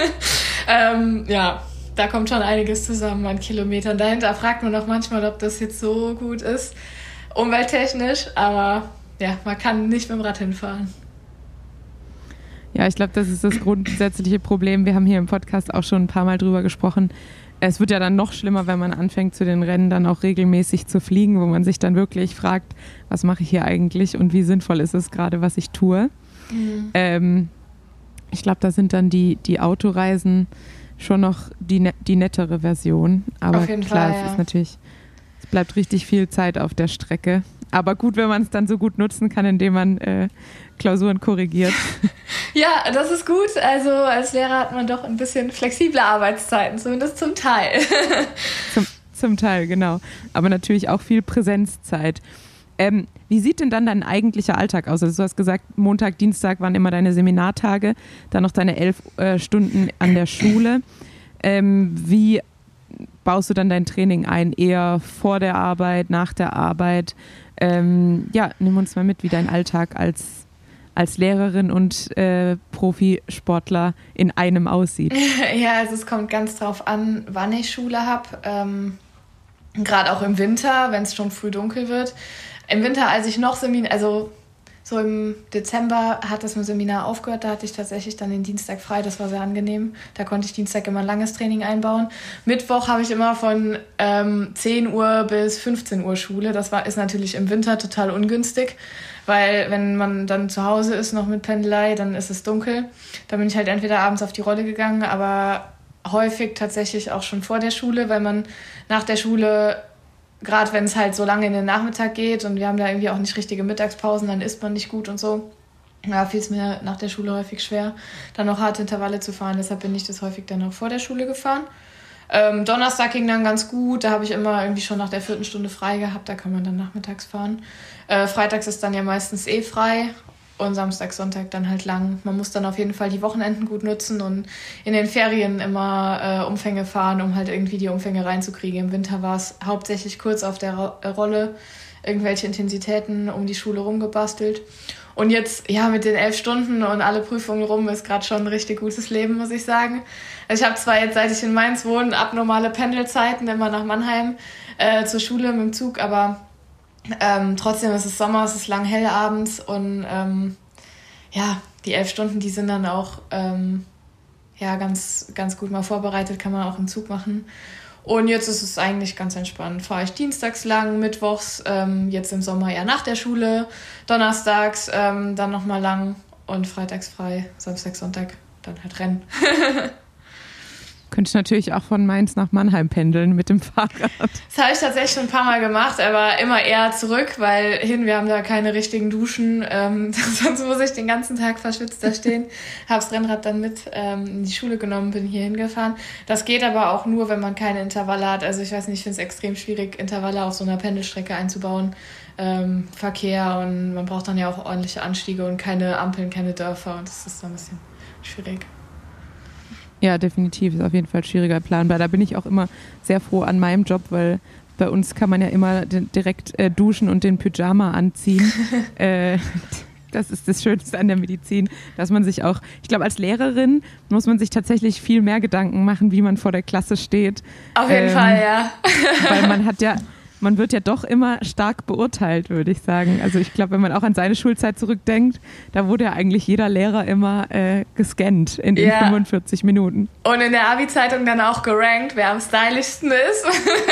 ähm, ja, da kommt schon einiges zusammen an Kilometern. Dahinter fragt man auch manchmal, ob das jetzt so gut ist, umwelttechnisch. Aber ja, man kann nicht mit dem Rad hinfahren. Ja, ich glaube, das ist das grundsätzliche Problem. Wir haben hier im Podcast auch schon ein paar Mal drüber gesprochen. Es wird ja dann noch schlimmer, wenn man anfängt, zu den Rennen dann auch regelmäßig zu fliegen, wo man sich dann wirklich fragt, was mache ich hier eigentlich und wie sinnvoll ist es gerade, was ich tue. Mhm. Ähm, ich glaube, da sind dann die, die Autoreisen schon noch die, ne- die nettere Version. Aber auf jeden klar, Fall, es ja. ist natürlich, es bleibt richtig viel Zeit auf der Strecke. Aber gut, wenn man es dann so gut nutzen kann, indem man äh, Klausuren korrigiert. Ja, das ist gut. Also als Lehrer hat man doch ein bisschen flexible Arbeitszeiten, zumindest zum Teil. zum, zum Teil, genau. Aber natürlich auch viel Präsenzzeit. Ähm, wie sieht denn dann dein eigentlicher Alltag aus? Also du hast gesagt, Montag, Dienstag waren immer deine Seminartage, dann noch deine elf äh, Stunden an der Schule. Ähm, wie baust du dann dein Training ein? Eher vor der Arbeit, nach der Arbeit? Ähm, ja, nimm uns mal mit, wie dein Alltag als, als Lehrerin und äh, Profisportler in einem aussieht. Ja, also es kommt ganz drauf an, wann ich Schule habe. Ähm, Gerade auch im Winter, wenn es schon früh dunkel wird. Im Winter, als ich noch Seminar, also so im Dezember hat das mit Seminar aufgehört, da hatte ich tatsächlich dann den Dienstag frei, das war sehr angenehm. Da konnte ich Dienstag immer ein langes Training einbauen. Mittwoch habe ich immer von ähm, zehn Uhr bis fünfzehn Uhr Schule. Das war, ist natürlich im Winter total ungünstig, weil wenn man dann zu Hause ist noch mit Pendelei, dann ist es dunkel. Da bin ich halt entweder abends auf die Rolle gegangen, aber häufig tatsächlich auch schon vor der Schule, weil man nach der Schule, gerade wenn es halt so lange in den Nachmittag geht und wir haben da irgendwie auch nicht richtige Mittagspausen, dann isst man nicht gut und so. Ja, fiel es mir nach der Schule häufig schwer, dann noch harte Intervalle zu fahren. Deshalb bin ich das häufig dann auch vor der Schule gefahren. Ähm, Donnerstag ging dann ganz gut, da habe ich immer irgendwie schon nach der vierten Stunde frei gehabt, da kann man dann nachmittags fahren. Äh, freitags ist dann ja meistens eh frei. Und Samstag, Sonntag dann halt lang. Man muss dann auf jeden Fall die Wochenenden gut nutzen und in den Ferien immer äh, Umfänge fahren, um halt irgendwie die Umfänge reinzukriegen. Im Winter war es hauptsächlich kurz auf der Ro- Rolle, irgendwelche Intensitäten um die Schule rumgebastelt. Und jetzt, ja, mit den elf Stunden und alle Prüfungen rum ist gerade schon ein richtig gutes Leben, muss ich sagen. Also ich habe zwar jetzt, seit ich in Mainz wohne, abnormale Pendelzeiten, immer nach Mannheim äh, zur Schule mit dem Zug, aber Ähm, trotzdem ist es Sommer, es ist lang hell abends und ähm, ja, die elf Stunden, die sind dann auch ähm, ja, ganz, ganz gut mal vorbereitet, kann man auch im Zug machen. Und jetzt ist es eigentlich ganz entspannt. Fahre ich dienstags lang, mittwochs, ähm, jetzt im Sommer eher nach der Schule, donnerstags ähm, dann nochmal lang und freitags frei, Samstag, Sonntag dann halt Rennen. Könnte ich natürlich auch von Mainz nach Mannheim pendeln mit dem Fahrrad. Das habe ich tatsächlich schon ein paar Mal gemacht, aber immer eher zurück, weil hin, wir haben da keine richtigen Duschen. Ähm, sonst muss ich den ganzen Tag verschwitzt da stehen. Habe das Rennrad dann mit ähm, in die Schule genommen, bin hier hingefahren. Das geht aber auch nur, wenn man keine Intervalle hat. Also ich weiß nicht, ich finde es extrem schwierig, Intervalle auf so einer Pendelstrecke einzubauen. Ähm, Verkehr und man braucht dann ja auch ordentliche Anstiege und keine Ampeln, keine Dörfer und das ist dann ein bisschen schwierig. Ja, definitiv. Ist auf jeden Fall schwieriger planbar. Da bin ich auch immer sehr froh an meinem Job, weil bei uns kann man ja immer direkt äh, duschen und den Pyjama anziehen. äh, das ist das Schönste an der Medizin, dass man sich auch, ich glaube, als Lehrerin muss man sich tatsächlich viel mehr Gedanken machen, wie man vor der Klasse steht. Auf jeden ähm, Fall, ja. Weil man hat ja Man wird ja doch immer stark beurteilt, würde ich sagen. Also ich glaube, wenn man auch an seine Schulzeit zurückdenkt, da wurde ja eigentlich jeder Lehrer immer äh, gescannt in den ja. fünfundvierzig Minuten. Und in der Abi-Zeitung dann auch gerankt, wer am stylischsten ist.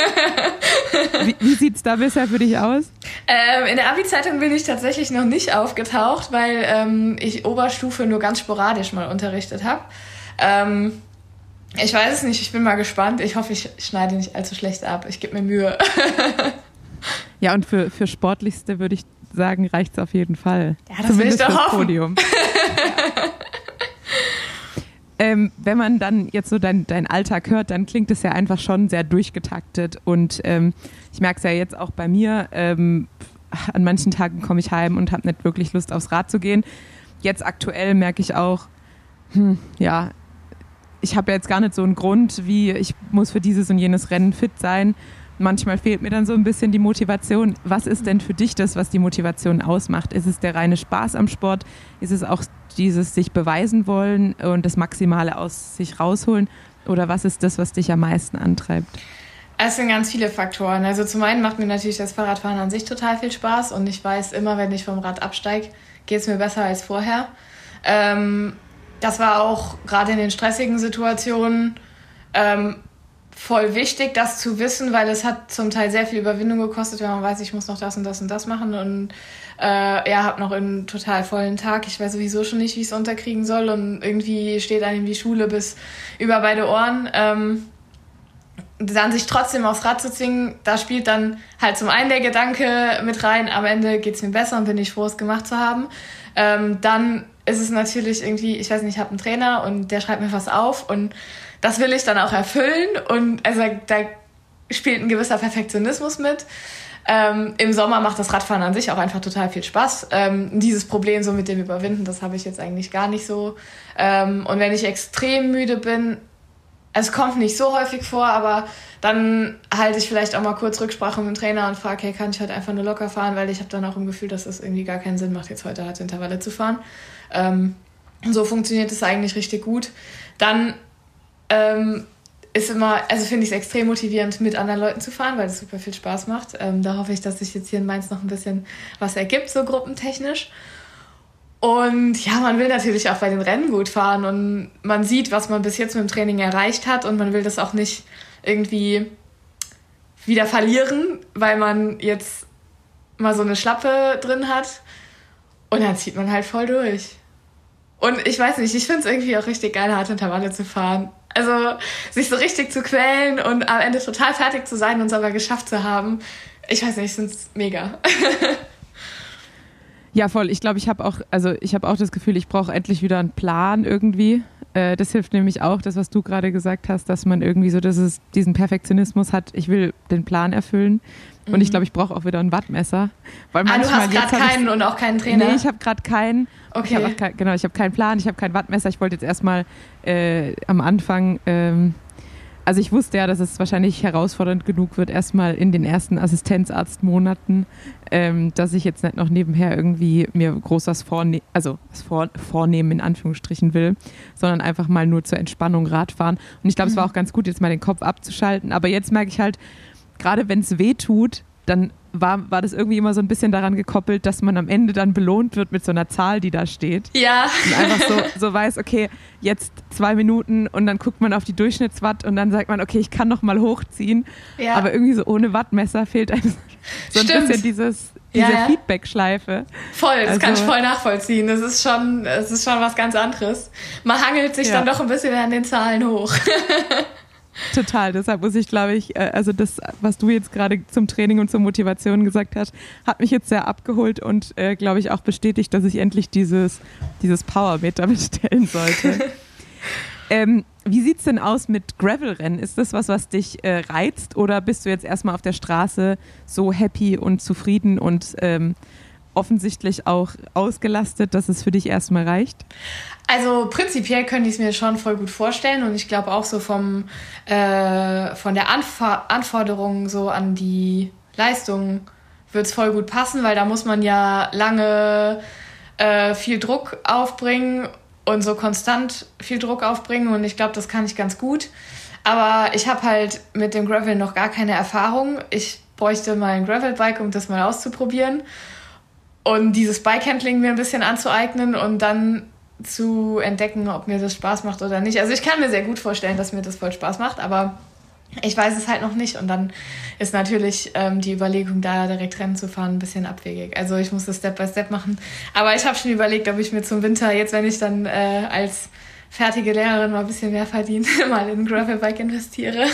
Wie, wie sieht es da bisher für dich aus? Ähm, in der Abi-Zeitung bin ich tatsächlich noch nicht aufgetaucht, weil ähm, ich Oberstufe nur ganz sporadisch mal unterrichtet habe. Ähm, Ich weiß es nicht, ich bin mal gespannt. Ich hoffe, ich schneide nicht allzu schlecht ab. Ich gebe mir Mühe. Ja, und für, für Sportlichste würde ich sagen, reicht es auf jeden Fall. Ja, das Zumindest will ich doch fürs hoffen. Podium. ähm, wenn man dann jetzt so dein, dein Alltag hört, dann klingt es ja einfach schon sehr durchgetaktet. Und ähm, ich merke es ja jetzt auch bei mir. Ähm, an manchen Tagen komme ich heim und habe nicht wirklich Lust, aufs Rad zu gehen. Jetzt aktuell merke ich auch, hm, ja, ich habe ja jetzt gar nicht so einen Grund, wie ich muss für dieses und jenes Rennen fit sein. Manchmal fehlt mir dann so ein bisschen die Motivation. Was ist denn für dich das, was die Motivation ausmacht? Ist es der reine Spaß am Sport? Ist es auch dieses sich beweisen wollen und das Maximale aus sich rausholen? Oder was ist das, was dich am meisten antreibt? Es sind ganz viele Faktoren. Also zum einen macht mir natürlich das Fahrradfahren an sich total viel Spaß und ich weiß immer, wenn ich vom Rad absteige, geht es mir besser als vorher. Ähm, Das war auch gerade in den stressigen Situationen ähm, voll wichtig, das zu wissen, weil es hat zum Teil sehr viel Überwindung gekostet, wenn man weiß, ich muss noch das und das und das machen und äh, ja, habe noch einen total vollen Tag. Ich weiß sowieso schon nicht, wie ich es unterkriegen soll und irgendwie steht einem die Schule bis über beide Ohren. Ähm, dann sich trotzdem aufs Rad zu zwingen, da spielt dann halt zum einen der Gedanke mit rein, am Ende geht es mir besser und bin ich froh, es gemacht zu haben. Ähm, dann ist es natürlich irgendwie, ich weiß nicht, ich habe einen Trainer und der schreibt mir was auf und das will ich dann auch erfüllen und also da spielt ein gewisser Perfektionismus mit. Ähm, im Sommer macht das Radfahren an sich auch einfach total viel Spaß. Ähm, dieses Problem so mit dem Überwinden, das habe ich jetzt eigentlich gar nicht so. Ähm, und wenn ich extrem müde bin, es kommt nicht so häufig vor, aber dann halte ich vielleicht auch mal kurz Rücksprache mit dem Trainer und frage, hey, kann ich heute einfach nur locker fahren, weil ich habe dann auch im Gefühl, dass es irgendwie gar keinen Sinn macht, jetzt heute harte Intervalle zu fahren. Ähm, so funktioniert es eigentlich richtig gut. Dann ähm, ist immer, also finde ich es extrem motivierend, mit anderen Leuten zu fahren, weil es super viel Spaß macht. Ähm, da hoffe ich, dass sich jetzt hier in Mainz noch ein bisschen was ergibt, so gruppentechnisch. Und ja, man will natürlich auch bei den Rennen gut fahren und man sieht, was man bis jetzt mit dem Training erreicht hat und man will das auch nicht irgendwie wieder verlieren, weil man jetzt mal so eine Schlappe drin hat und dann zieht man halt voll durch. Und ich weiß nicht, ich finde es irgendwie auch richtig geil, harte Intervalle zu fahren. Also sich so richtig zu quälen und am Ende total fertig zu sein und es aber geschafft zu haben. Ich weiß nicht, ich finde es mega. Ja, voll. Ich glaube, ich habe auch, also ich habe auch das Gefühl, ich brauche endlich wieder einen Plan irgendwie. Äh, das hilft nämlich auch, das, was du gerade gesagt hast, dass man irgendwie so dass es diesen Perfektionismus hat, ich will den Plan erfüllen. Und mhm. ich glaube, ich brauche auch wieder ein Wattmesser. Weil ah, du hast gerade keinen und auch keinen Trainer? Nee, ich habe gerade keinen. Okay. Ich hab kein, genau, ich habe keinen Plan, ich habe kein Wattmesser. Ich wollte jetzt erstmal äh, am Anfang, ähm, also ich wusste ja, dass es wahrscheinlich herausfordernd genug wird, erstmal in den ersten Assistenzarztmonaten, ähm, dass ich jetzt nicht noch nebenher irgendwie mir groß was vorne- also was vor- vornehmen in Anführungsstrichen will, sondern einfach mal nur zur Entspannung Radfahren. Und ich glaube, mhm. es war auch ganz gut, jetzt mal den Kopf abzuschalten. Aber jetzt merke ich halt, gerade wenn es weh tut, dann war, war das irgendwie immer so ein bisschen daran gekoppelt, dass man am Ende dann belohnt wird mit so einer Zahl, die da steht. Ja. Und einfach so, so weiß, okay, jetzt zwei Minuten und dann guckt man auf die Durchschnittswatt und dann sagt man, okay, ich kann noch mal hochziehen. Ja. Aber irgendwie so ohne Wattmesser fehlt einem so ein Stimmt. bisschen dieses, diese ja, ja. Feedback-Schleife. Voll, das also, kann ich voll nachvollziehen. Das ist schon, das ist schon was ganz anderes. Man hangelt sich ja. dann doch ein bisschen an den Zahlen hoch. Total, deshalb muss ich, glaube ich, also das, was du jetzt gerade zum Training und zur Motivation gesagt hast, hat mich jetzt sehr abgeholt und, äh, glaube ich, auch bestätigt, dass ich endlich dieses, dieses Powermeter bestellen sollte. ähm, wie sieht es denn aus mit Gravelrennen? Ist das was, was dich äh, reizt oder bist du jetzt erstmal auf der Straße so happy und zufrieden und ähm, offensichtlich auch ausgelastet, dass es für dich erstmal reicht? Also prinzipiell könnte ich es mir schon voll gut vorstellen und ich glaube auch so vom äh, von der Anf- Anforderung so an die Leistung wird es voll gut passen, weil da muss man ja lange äh, viel Druck aufbringen und so konstant viel Druck aufbringen und ich glaube, das kann ich ganz gut. Aber ich habe halt mit dem Gravel noch gar keine Erfahrung. Ich bräuchte mal ein Gravelbike, um das mal auszuprobieren und dieses Bikehandling mir ein bisschen anzueignen und dann zu entdecken, ob mir das Spaß macht oder nicht. Also ich kann mir sehr gut vorstellen, dass mir das voll Spaß macht, aber ich weiß es halt noch nicht. Und dann ist natürlich ähm, die Überlegung, da direkt Rennen zu fahren, ein bisschen abwegig. Also ich muss das Step by Step machen. Aber ich habe schon überlegt, ob ich mir zum Winter, jetzt wenn ich dann äh, als fertige Lehrerin mal ein bisschen mehr verdiene, mal in ein Gravelbike investiere.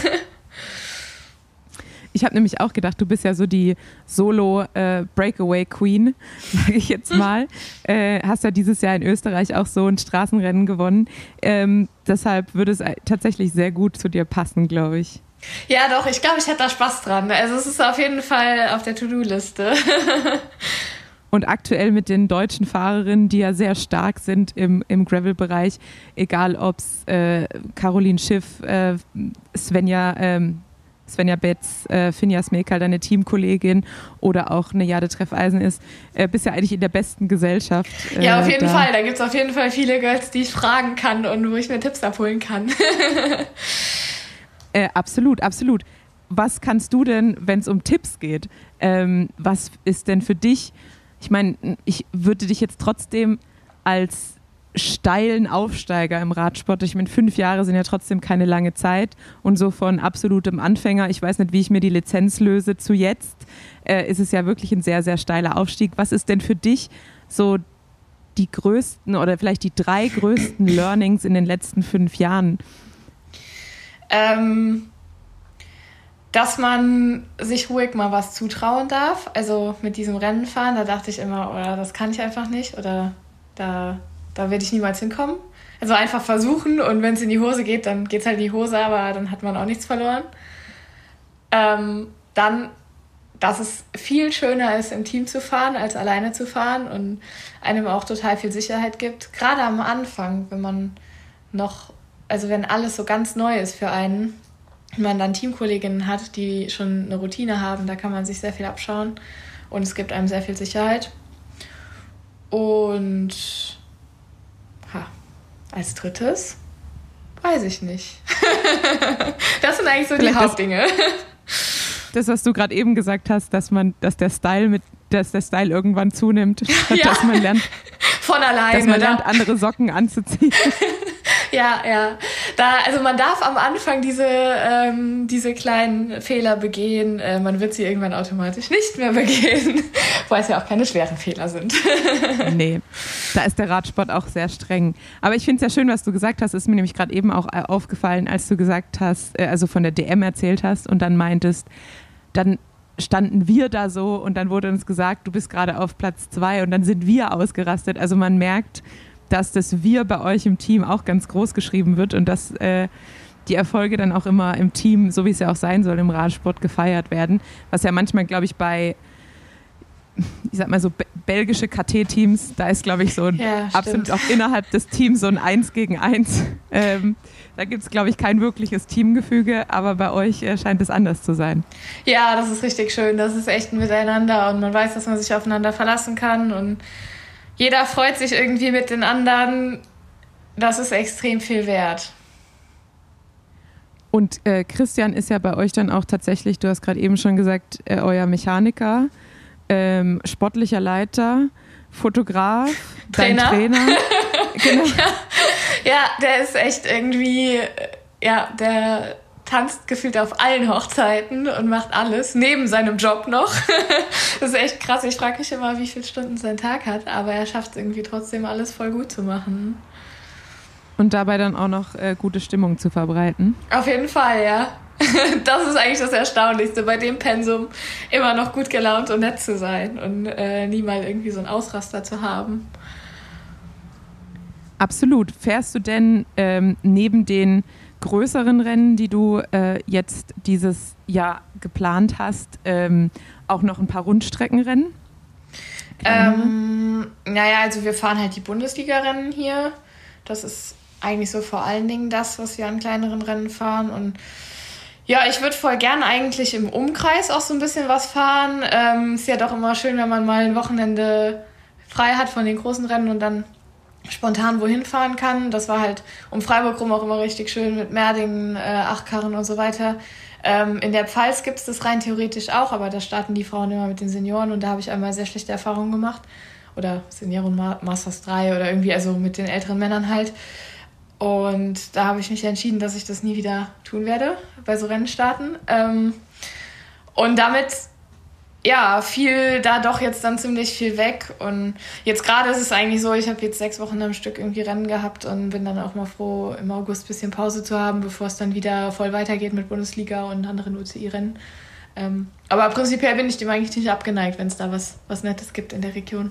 Ich habe nämlich auch gedacht, du bist ja so die Solo-Breakaway-Queen, äh, sage ich jetzt mal. äh, hast ja dieses Jahr in Österreich auch so ein Straßenrennen gewonnen. Ähm, deshalb würde es tatsächlich sehr gut zu dir passen, glaube ich. Ja, doch, ich glaube, ich hätte da Spaß dran. Also es ist auf jeden Fall auf der To-Do-Liste. Und aktuell mit den deutschen Fahrerinnen, die ja sehr stark sind im, im Gravel-Bereich, egal ob es äh, Caroline Schiff, äh, Svenja... Ähm, Svenja Betz, äh, Finja Smekal, deine Teamkollegin oder auch eine Jade Treffeisen ist, äh, bist ja eigentlich in der besten Gesellschaft. Äh, ja, auf jeden da. Fall. Da gibt es auf jeden Fall viele Girls, die ich fragen kann und wo ich mir Tipps abholen kann. äh, absolut, absolut. Was kannst du denn, wenn es um Tipps geht, ähm, was ist denn für dich, ich meine, ich würde dich jetzt trotzdem als steilen Aufsteiger im Radsport. Ich meine, fünf Jahre sind ja trotzdem keine lange Zeit und so von absolutem Anfänger, ich weiß nicht, wie ich mir die Lizenz löse, zu jetzt, äh, ist es ja wirklich ein sehr, sehr steiler Aufstieg. Was ist denn für dich so die größten oder vielleicht die drei größten Learnings in den letzten fünf Jahren? Ähm, dass man sich ruhig mal was zutrauen darf. Also mit diesem Rennen fahren, da dachte ich immer, oder das kann ich einfach nicht oder da Da werde ich niemals hinkommen. Also einfach versuchen und wenn es in die Hose geht, dann geht es halt in die Hose, aber dann hat man auch nichts verloren. Ähm, dann, dass es viel schöner ist, im Team zu fahren, als alleine zu fahren und einem auch total viel Sicherheit gibt. Gerade am Anfang, wenn man noch, also wenn alles so ganz neu ist für einen, wenn man dann Teamkolleginnen hat, die schon eine Routine haben, da kann man sich sehr viel abschauen und es gibt einem sehr viel Sicherheit. Und Ha, als drittes weiß ich nicht. Das sind eigentlich so Vielleicht die Hauptdinge. Das, das, was du gerade eben gesagt hast, dass man, dass der Style mit, dass der Style irgendwann zunimmt, ja. dass man lernt, von alleine. Dass man lernt, andere Socken anzuziehen. Ja, ja. Da, also man darf am Anfang diese, ähm, diese kleinen Fehler begehen. Äh, man wird sie irgendwann automatisch nicht mehr begehen, weil es ja auch keine schweren Fehler sind. Nee, da ist der Radsport auch sehr streng. Aber ich finde es ja schön, was du gesagt hast. Ist mir nämlich gerade eben auch aufgefallen, als du gesagt hast, äh, also von der D M erzählt hast und dann meintest, dann standen wir da so und dann wurde uns gesagt, du bist gerade auf Platz zwei und dann sind wir ausgerastet. Also man merkt, dass das Wir bei euch im Team auch ganz groß geschrieben wird und dass äh, die Erfolge dann auch immer im Team, so wie es ja auch sein soll, im Radsport gefeiert werden. Was ja manchmal, glaube ich, bei, ich sag mal so, be- belgische K T-Teams, da ist, glaube ich, so ein, ja, absolut auch innerhalb des Teams so ein Eins gegen Eins. Ähm, da gibt es, glaube ich, kein wirkliches Teamgefüge, aber bei euch äh, scheint es anders zu sein. Ja, das ist richtig schön. Das ist echt ein Miteinander und man weiß, dass man sich aufeinander verlassen kann und jeder freut sich irgendwie mit den anderen. Das ist extrem viel wert. Und äh, Christian ist ja bei euch dann auch tatsächlich, du hast gerade eben schon gesagt, äh, euer Mechaniker, ähm, sportlicher Leiter, Fotograf, Trainer. dein Trainer. Genau. Ja, ja, der ist echt irgendwie, ja, der tanzt gefühlt auf allen Hochzeiten und macht alles, neben seinem Job noch. Das ist echt krass. Ich frage mich immer, wie viele Stunden sein Tag hat, aber er schafft es irgendwie trotzdem, alles voll gut zu machen. Und dabei dann auch noch äh, gute Stimmung zu verbreiten. Auf jeden Fall, ja. Das ist eigentlich das Erstaunlichste, bei dem Pensum immer noch gut gelaunt und nett zu sein und äh, nie mal irgendwie so einen Ausraster zu haben. Absolut. Fährst du denn ähm, neben den größeren Rennen, die du äh, jetzt dieses Jahr geplant hast, ähm, auch noch ein paar Rundstreckenrennen? Ähm, naja, also wir fahren halt die Bundesliga-Rennen hier. Das ist eigentlich so vor allen Dingen das, was wir an kleineren Rennen fahren. Und ja, ich würde voll gern eigentlich im Umkreis auch so ein bisschen was fahren. Ähm, ist ja doch immer schön, wenn man mal ein Wochenende frei hat von den großen Rennen und dann spontan wohin fahren kann. Das war halt um Freiburg rum auch immer richtig schön mit Merdingen, äh, Achkarren und so weiter. Ähm, in der Pfalz gibt es das rein theoretisch auch, aber da starten die Frauen immer mit den Senioren und da habe ich einmal sehr schlechte Erfahrungen gemacht. Oder Senioren Masters drei oder irgendwie, also mit den älteren Männern halt. Und da habe ich mich entschieden, dass ich das nie wieder tun werde, bei so Rennstarten. Ähm, und damit ja, fiel da doch jetzt dann ziemlich viel weg. Und jetzt gerade ist es eigentlich so, ich habe jetzt sechs Wochen am Stück irgendwie Rennen gehabt und bin dann auch mal froh, im August ein bisschen Pause zu haben, bevor es dann wieder voll weitergeht mit Bundesliga und anderen U C I-Rennen. Ähm, aber prinzipiell bin ich dem eigentlich nicht abgeneigt, wenn es da was, was Nettes gibt in der Region.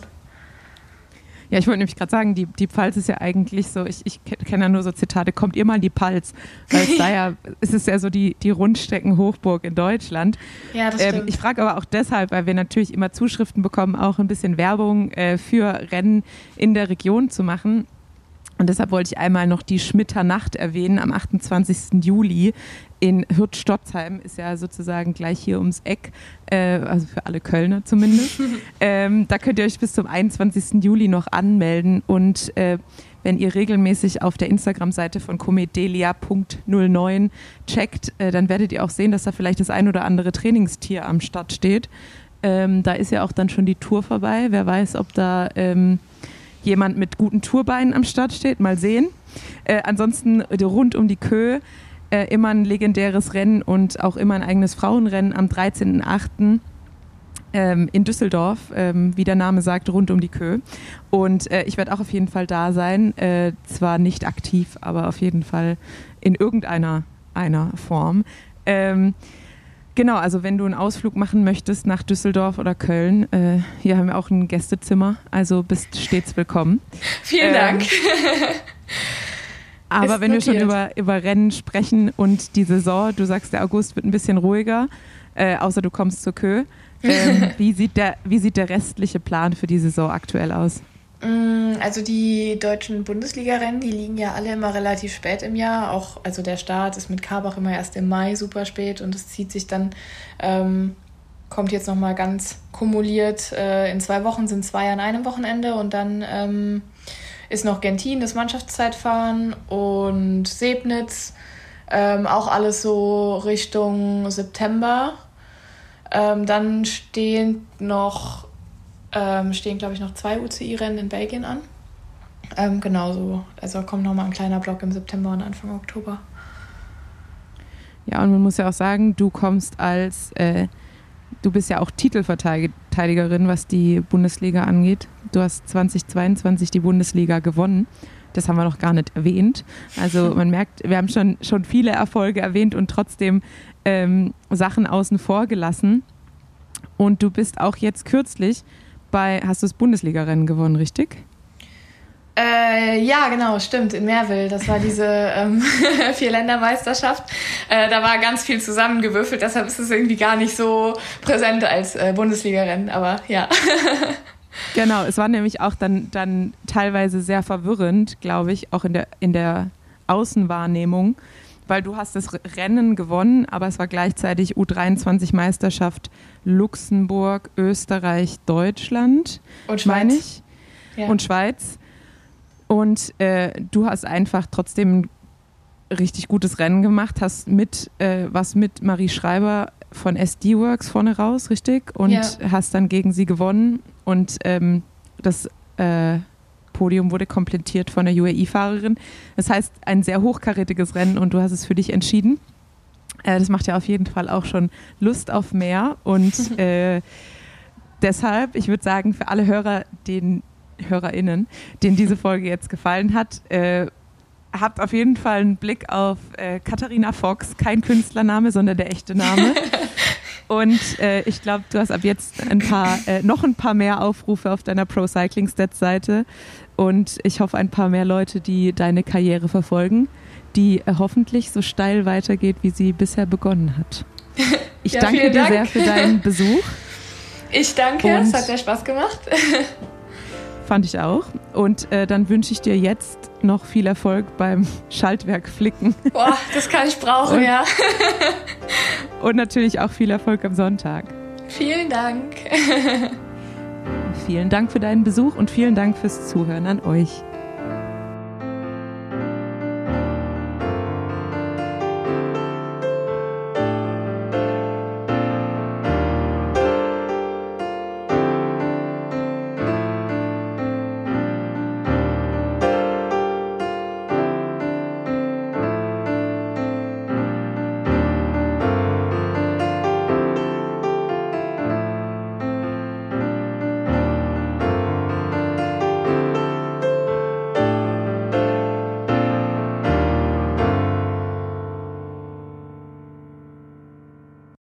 Ja, ich wollte nämlich gerade sagen, die, die Pfalz ist ja eigentlich so, ich, ich kenne ja nur so Zitate, kommt ihr mal in die Pfalz, weil es da ja, es ist ja so die, die Rundstrecken-Hochburg in Deutschland. Ja, das ähm, stimmt. Ich frage aber auch deshalb, weil wir natürlich immer Zuschriften bekommen, auch ein bisschen Werbung äh, für Rennen in der Region zu machen. Und deshalb wollte ich einmal noch die Schmitter Nacht erwähnen, am achtundzwanzigsten Juli in Hürth-Stotzheim, ist ja sozusagen gleich hier ums Eck, äh, also für alle Kölner zumindest. ähm, da könnt ihr euch bis zum einundzwanzigsten Juli noch anmelden und äh, wenn ihr regelmäßig auf der Instagram-Seite von comedelia Punkt null neun checkt, äh, dann werdet ihr auch sehen, dass da vielleicht das ein oder andere Trainingstier am Start steht. Ähm, da ist ja auch dann schon die Tour vorbei. Wer weiß, ob da ähm, jemand mit guten Tourbeinen am Start steht. Mal sehen. Äh, ansonsten rund um die Kö äh, immer ein legendäres Rennen und auch immer ein eigenes Frauenrennen am dreizehnten achten Ähm, in Düsseldorf, ähm, wie der Name sagt, rund um die Kö. Und äh, ich werde auch auf jeden Fall da sein. Äh, zwar nicht aktiv, aber auf jeden Fall in irgendeiner einer Form. Ähm, Genau, also wenn du einen Ausflug machen möchtest nach Düsseldorf oder Köln, äh, hier haben wir auch ein Gästezimmer, also bist stets willkommen. Vielen Dank. Ähm, aber Ist wenn notiert. wir schon über, über Rennen sprechen und die Saison, du sagst, der August wird ein bisschen ruhiger, äh, außer du kommst zur Kö. Ähm, wie sieht der, wie sieht der restliche Plan für die Saison aktuell aus? Also die deutschen Bundesliga-Rennen, die liegen ja alle immer relativ spät im Jahr. Auch, also der Start ist mit Karbach immer erst im Mai super spät und es zieht sich dann, ähm, kommt jetzt nochmal ganz kumuliert. Äh, in zwei Wochen sind zwei an einem Wochenende und dann ähm, ist noch Gentin, das Mannschaftszeitfahren und Sebnitz, ähm, auch alles so Richtung September. Ähm, dann stehen noch Ähm, stehen, glaube ich, noch zwei U C I-Rennen in Belgien an. Ähm, genau so. Also kommt nochmal ein kleiner Block im September und Anfang Oktober. Ja, und man muss ja auch sagen, du kommst als, äh, du bist ja auch Titelverteidigerin, was die Bundesliga angeht. Du hast zweitausendzweiundzwanzig die Bundesliga gewonnen. Das haben wir noch gar nicht erwähnt. Also man merkt, wir haben schon, schon viele Erfolge erwähnt und trotzdem ähm, Sachen außen vor gelassen. Und du bist auch jetzt kürzlich bei, hast du das Bundesliga-Rennen gewonnen, richtig? Äh, ja, genau, stimmt, in Merwil. Das war diese ähm, Vierländermeisterschaft. Äh, da war ganz viel zusammengewürfelt, deshalb ist es irgendwie gar nicht so präsent als äh, Bundesliga-Rennen, aber ja. Genau, es war nämlich auch dann, dann teilweise sehr verwirrend, glaube ich, auch in der, in der Außenwahrnehmung, weil du hast das Rennen gewonnen, aber es war gleichzeitig U dreiundzwanzig-Meisterschaft Luxemburg, Österreich, Deutschland, und Schweiz. meine ich, ja. und Schweiz. Und äh, du hast einfach trotzdem ein richtig gutes Rennen gemacht, hast mit äh, was mit Marie Schreiber von S D Works vorne raus, richtig? Und ja. hast dann gegen sie gewonnen. Und ähm, das äh, Podium wurde komplettiert von einer U A E-Fahrerin. Das heißt, ein sehr hochkarätiges Rennen und du hast es für dich entschieden. Äh, das macht ja auf jeden Fall auch schon Lust auf mehr. Und äh, deshalb, ich würde sagen, für alle Hörer, den HörerInnen, denen diese Folge jetzt gefallen hat, äh, habt auf jeden Fall einen Blick auf äh, Katharina Fox, kein Künstlername, sondern der echte Name. Und äh, ich glaube, du hast ab jetzt ein paar, äh, noch ein paar mehr Aufrufe auf deiner Pro Cycling Stats Seite und ich hoffe ein paar mehr Leute, die deine Karriere verfolgen, die äh, hoffentlich so steil weitergeht, wie sie bisher begonnen hat. Ich ja, danke dir Dank. sehr für deinen Besuch. Ich danke, und es hat sehr Spaß gemacht. Fand ich auch. Und äh, dann wünsche ich dir jetzt noch viel Erfolg beim Schaltwerk flicken. Boah, das kann ich brauchen, und, ja. Und natürlich auch viel Erfolg am Sonntag. Vielen Dank. Vielen Dank für deinen Besuch und vielen Dank fürs Zuhören an euch.